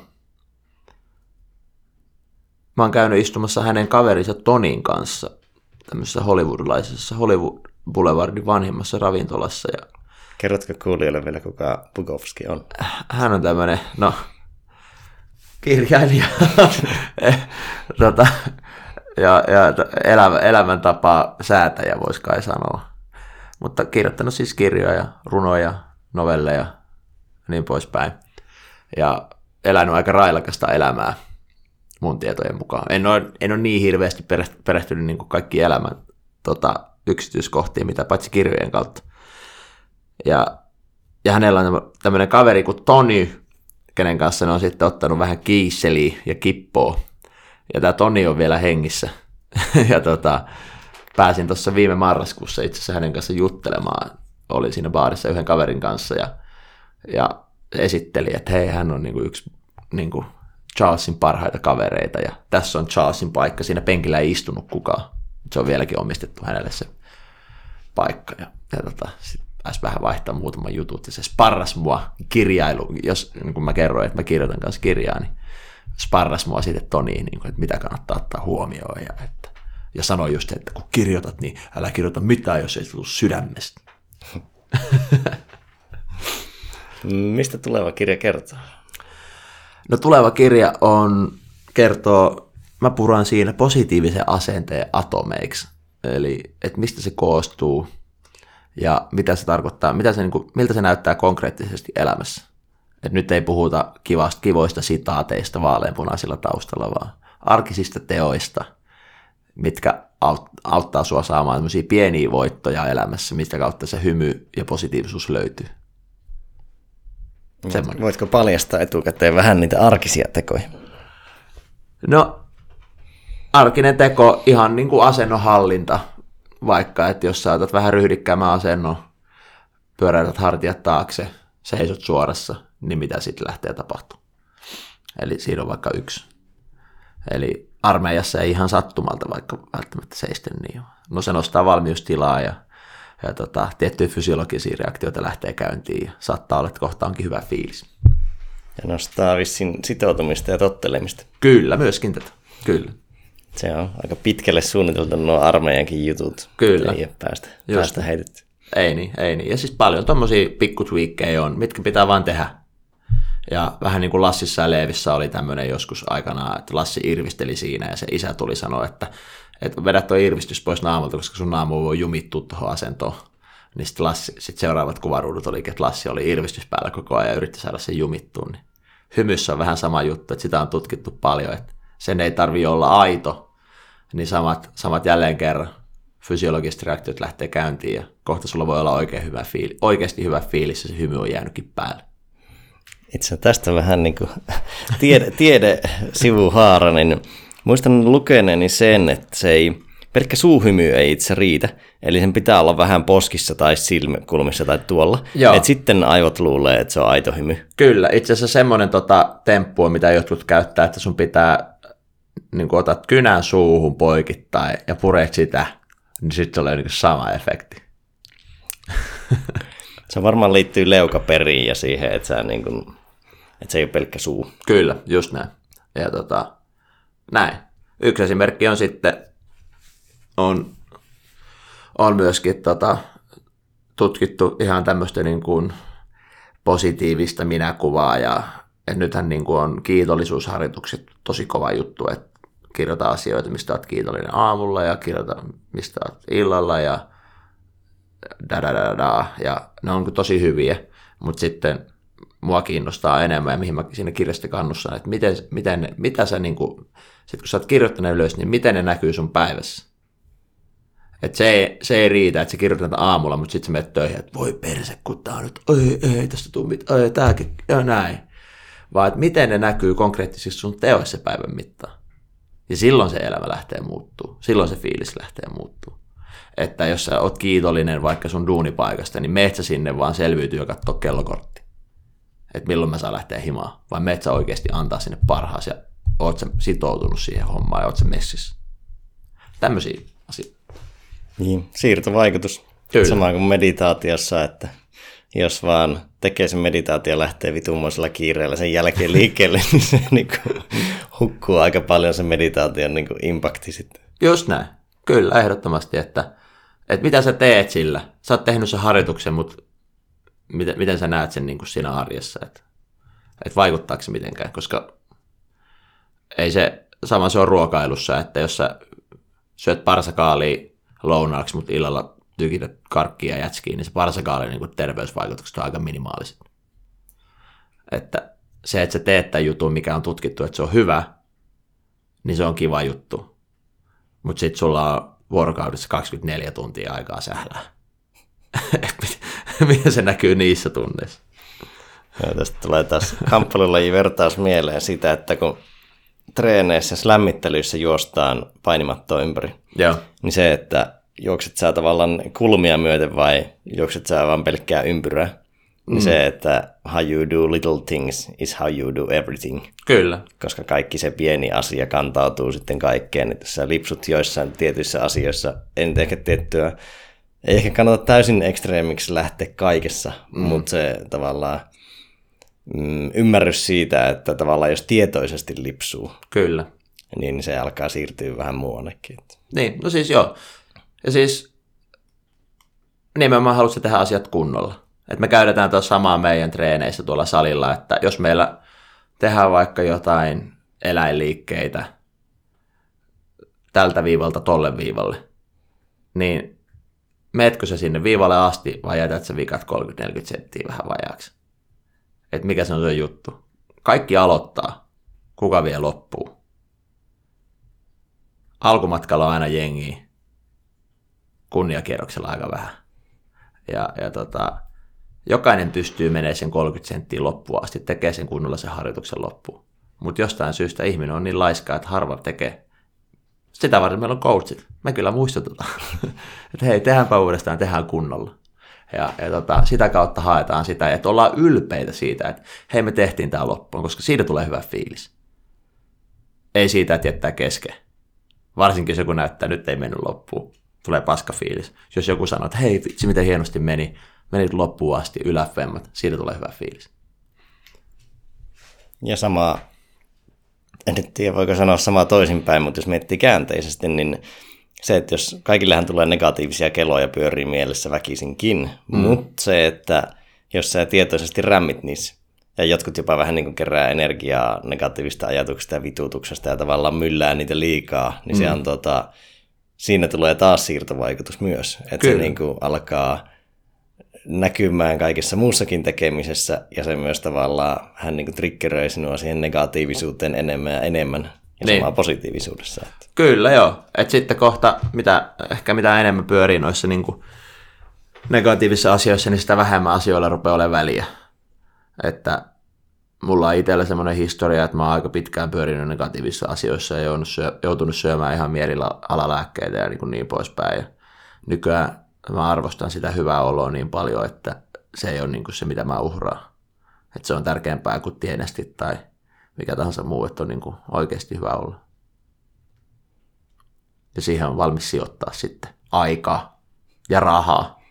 Mä oon käynyt istumassa hänen kaverinsa Tonin kanssa tämmöisessä hollywoodilaisessa Hollywood Boulevardin vanhimmassa ravintolassa. Ja kerrotko kuulijoille vielä, kuka Bukowski on? Hän on tämmöinen, no, kirjailija tota, ja, ja elämä, elämäntapa säätäjä, voisi kai sanoa. Mutta kirjoittanut siis kirjoja, runoja, novelleja ja niin poispäin. Ja elänyt aika railakasta elämää mun tietojen mukaan. En ole, en ole niin hirveästi perehtynyt niin kuin kaikki elämän tota, yksityiskohtiin, mitä paitsi kirjojen kautta. Ja, ja hänellä on tämmöinen kaveri kuin Tony, kenen kanssa ne on sitten ottanut vähän kiisseliä ja kippoa. Ja tämä Tony on vielä hengissä. ja tota, pääsin tuossa viime marraskuussa itse asiassa hänen kanssa juttelemaan. Olin siinä baarissa yhden kaverin kanssa ja, ja esitteli, että hei, hän on niinku yksi niinku Charlesin parhaita kavereita ja tässä on Charlesin paikka. Siinä penkillä ei istunut kukaan. Se on vieläkin omistettu hänelle se paikka. Ja, ja tota, sitten pääsi vähän vaihtaa muutaman jutut ja se sparras mua kirjailu. Jos, niin kun mä kerroin, että mä kirjoitan kanssa kirjaa, niin sparras mua sitten Toniin, niin että mitä kannattaa ottaa huomioon. Ja, että, ja sanoi just, että kun kirjoitat, niin älä kirjoita mitään, jos ei tule sydämestä. Mistä tuleva kirja kertoo? No tuleva kirja on, kertoo, mä puran siinä positiivisen asenteen atomeiksi, eli että mistä se koostuu ja mitä se tarkoittaa, mitä se, niin kuin, miltä se näyttää konkreettisesti elämässä. Et nyt ei puhuta kivasta, kivoista sitaateista vaaleanpunaisilla taustalla, vaan arkisista teoista, mitkä auttaa sua saamaan tämmöisiä pieniä voittoja elämässä, mistä kautta se hymy ja positiivisuus löytyy. Semmoinen. Voitko paljastaa etukäteen vähän niitä arkisia tekoja? No, arkinen teko, ihan niin kuin asennonhallinta, vaikka, että jos sä otat vähän ryhdikkäämään asennon, pyöräytät hartiat taakse, seisot suorassa, niin mitä sitten lähtee tapahtumaan. Eli siinä on vaikka yksi. Eli armeijassa ei ihan sattumalta vaikka välttämättä seisten niin. No se nostaa valmiustilaa ja, ja tota, tiettyjä fysiologisia reaktioita lähtee käyntiin ja saattaa olla, että kohta onkin hyvä fiilis. Ja nostaa vissiin sitoutumista ja tottelemista. Kyllä, myöskin tätä. Kyllä. Se on aika pitkälle suunniteltu nuo armeijankin jutut. Kyllä. Ei ole päästä, päästä heitetty. Ei niin, ei niin. Ja siis paljon tommosia pikkutwiikkejä on, mitkä pitää vaan tehdä. Ja vähän niin kuin Lassissa ja Leevissä oli tämmöinen joskus aikanaan, että Lassi irvisteli siinä ja se isä tuli sanoa, että, että vedät tuo irvistys pois naamulta, koska sun naamu voi jumittua tuohon asentoon. Niin sitten sit seuraavat kuvaruudut olikin, että Lassi oli irvistys päällä koko ajan ja yritti saada sen jumittuun. Niin hymyssä on vähän sama juttu, että sitä on tutkittu paljon, että sen ei tarvitse olla aito, niin samat, samat jälleen kerran fysiologiset reaktiot lähtee käyntiin ja kohta sulla voi olla oikein hyvä fiili, oikeasti hyvä fiilis ja se hymy on jäänytkin päälle. Itse tästä vähän niin kuin tiede, tiede sivuhaara, niin muistan lukeneeni sen, että se ei, pelkkä suuhymy ei itse riitä, eli sen pitää olla vähän poskissa tai silmäkulmissa tai tuolla, että sitten aivot luulee, että se on aito hymy. Kyllä, itse asiassa semmoinen tota, temppu on, mitä jotkut käyttää, että sun pitää, niin kun otat kynän suuhun poikittain ja puret sitä, niin sitten tulee niin sama efekti. Se varmaan liittyy leukaperiin ja siihen, että, sä niin kuin, että se ei ole pelkkä suu. Kyllä, just näin. Ja tota, näin. Yksi esimerkki on sitten, on, on myöskin tota, tutkittu ihan tämmöistä niin kuin positiivista minäkuvaa, ja et nythän niin kuin on kiitollisuusharjoitukset tosi kova juttu, että kirjoita asioita, mistä olet kiitollinen aamulla, ja kirjoita, mistä olet illalla, ja da, da, da, da, ja ne on tosi hyviä, mutta sitten mua kiinnostaa enemmän, ja mihin mä siinä kirjasta kannustan, että miten, miten, mitä sä, niin kuin, sit kun sä oot kirjoittanut ylös, niin miten ne näkyy sun päivässä. Että se ei, se ei riitä, että sä kirjoitat aamulla, mutta sitten sä menet töihin, että voi perse, kun tää on nyt, ei, ei, tästä tuu mitään, ei, tääkin, ja näin. Vaan että miten ne näkyy konkreettisesti sun teoissa päivän mittaan. Ja silloin se elämä lähtee muuttuu, silloin se fiilis lähtee muuttuu. Että jos sä oot kiitollinen vaikka sun duunipaikasta, niin meet sä sinne vaan selviytyy ja katsoo kellokortti. Että milloin mä saan lähteä himaan, vai meet sä oikeasti antaa sinne parhaas ja oot sä sitoutunut siihen hommaan ja oot sä messissä. Tämmöisiä asioita. Niin, siirtovaikutus. Kyllä. Sama kuin meditaatiossa, että jos vaan tekee sen meditaatio ja lähtee vitumoisella kiireellä sen jälkeen liikkeelle, niin se niin kuin hukkuu aika paljon sen meditaation niin kuin impakti sitten. Just näin. Kyllä, ehdottomasti, että, että mitä sä teet sillä. Sä oot tehnyt sen harjoituksen, mutta miten, miten sä näet sen niin kuin siinä arjessa, että, että vaikuttaako se mitenkään, koska ei se, sama se on ruokailussa, että jos sä syöt parsakaalia lounaaksi, mutta illalla tykität karkkia ja jätskiä, niin se parsakaalin niin kuin terveysvaikutukset on aika minimaaliset. Että se, että sä teet tämän jutun, mikä on tutkittu, että se on hyvä, niin se on kiva juttu. Mutta sitten sulla on vuorokaudessa kaksikymmentäneljä tuntia aikaa sählää. Miten se näkyy niissä tunneissa? Ja tästä tulee taas kamppailulaji vertaus mieleen sitä, että kun treeneissä, lämmittelyissä juostaan painimattoa ympäri, Joo. niin se, että juokset sä tavallaan kulmia myöten vai juokset sä vaan pelkkää ympyrää, niin mm. se, että how you do little things is how you do everything. Kyllä. Koska kaikki se pieni asia kantautuu sitten kaikkeen, että jos sä lipsut joissain tietyissä asioissa, en ehkä tiettyä, ei ehkä kannata täysin ekstreemiksi lähteä kaikessa, mm. mutta se tavallaan mm, ymmärrys siitä, että tavallaan jos tietoisesti lipsuu, Kyllä. niin se alkaa siirtyä vähän muuannekin. Niin, no siis joo. Ja siis nimenomaan haluaisin tehdä asiat kunnolla. Et me käydetään tuossa samaa meidän treeneissä tuolla salilla, että jos meillä tehdään vaikka jotain eläinliikkeitä tältä viivalta tolle viivalle, niin meetkö sä sinne viivalle asti vai jätät sä vikat kolmekymmentä neljäkymmentä senttiä vähän vajaaksi? Että mikä se on se juttu? Kaikki aloittaa, kuka vie loppuu. Alkumatkalla on aina jengiä, kunniakierroksella aika vähän. Ja, ja tota, jokainen pystyy menemään sen kolmekymmentä senttiä loppuun asti, tekee sen kunnolla sen harjoituksen loppuun. Mutta jostain syystä ihminen on niin laiskaa, että harva tekee. Sitä varten meillä on coachit. Me kyllä muistutetaan, että hei, tehdäänpä uudestaan, tehdään kunnolla. Ja, ja tota, sitä kautta haetaan sitä, että ollaan ylpeitä siitä, että hei, me tehtiin tämä loppuun, koska siitä tulee hyvä fiilis. Ei siitä, että jättää kesken. Varsinkin jos joku näyttää, nyt ei mennyt loppuun. Tulee paska fiilis. Jos joku sanoo, että hei, vitsi, miten hienosti meni, menit loppuun asti, yläfemmat, siitä tulee hyvä fiilis. Ja sama, en nyt tiedä voiko sanoa samaa toisinpäin, mutta jos miettii käänteisesti, niin se, että jos kaikillehän tulee negatiivisia keloja pyörii mielessä väkisinkin, mm. mutta se, että jos sä tietoisesti rämmit niissä, ja jotkut jopa vähän niin kuin kerää energiaa negatiivista ajatuksista ja vitutuksesta ja tavallaan myllää niitä liikaa, niin mm. se on tota, siinä tulee taas siirtovaikutus myös, että se niin kuin alkaa näkymään kaikessa muussakin tekemisessä, ja se myös tavallaan hän niin kuin triggeröi sinua siihen negatiivisuuteen enemmän ja enemmän, ja niin. Samaa positiivisuudessa. Että. Kyllä joo, että sitten kohta, mitä, ehkä mitä enemmän pyörii noissa niin kuin negatiivisissa asioissa, niin sitä vähemmän asioilla rupeaa olemaan väliä. Että mulla on itsellä semmoinen historia, että mä oon aika pitkään pyörinyt negatiivisissa asioissa ja joutunut syömään ihan mielialalääkkeitä ja niin, kuin niin poispäin. Ja nykyään mä arvostan sitä hyvää oloa niin paljon, että se ei ole niin kuin se, mitä mä uhraan. Että se on tärkeämpää kuin tienesti tai mikä tahansa muu, että on niin kuin oikeasti hyvä olla. Ja siihen on valmis sijoittaa sitten aikaa ja rahaa.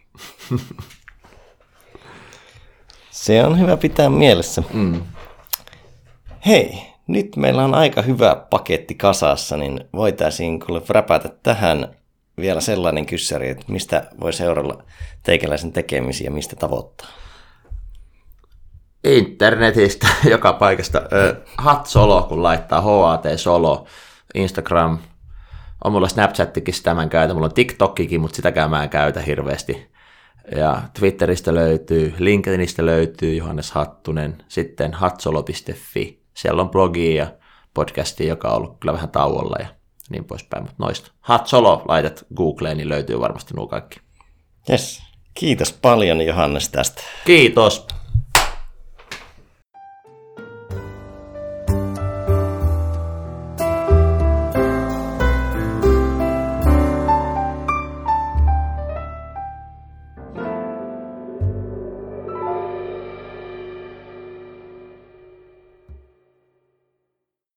Se on hyvä pitää mielessä. Mm. Hei, nyt meillä on aika hyvä paketti kasassa, niin voitaisiin kuule räpätä tähän vielä sellainen kyssäri, että mistä voi seuralla teikäläisen tekemisiä, mistä tavoittaa? Internetistä, joka paikasta. Hat Solo, kun laittaa H A T Solo, Instagram. On mulla Snapchattikin, sitä mä en käytä. Mulla on TikTokkikin, mutta sitäkään mä en käytä hirveästi. Ja Twitteristä löytyy, LinkedInistä löytyy Johannes Hattunen, sitten hatsolo piste fi. Siellä on blogi ja podcasti, joka on ollut kyllä vähän tauolla ja niin poispäin, mutta noista. Hatsolo laitat Googleen, niin löytyy varmasti nuo kaikki. Jes, kiitos paljon Johannes tästä. Kiitos.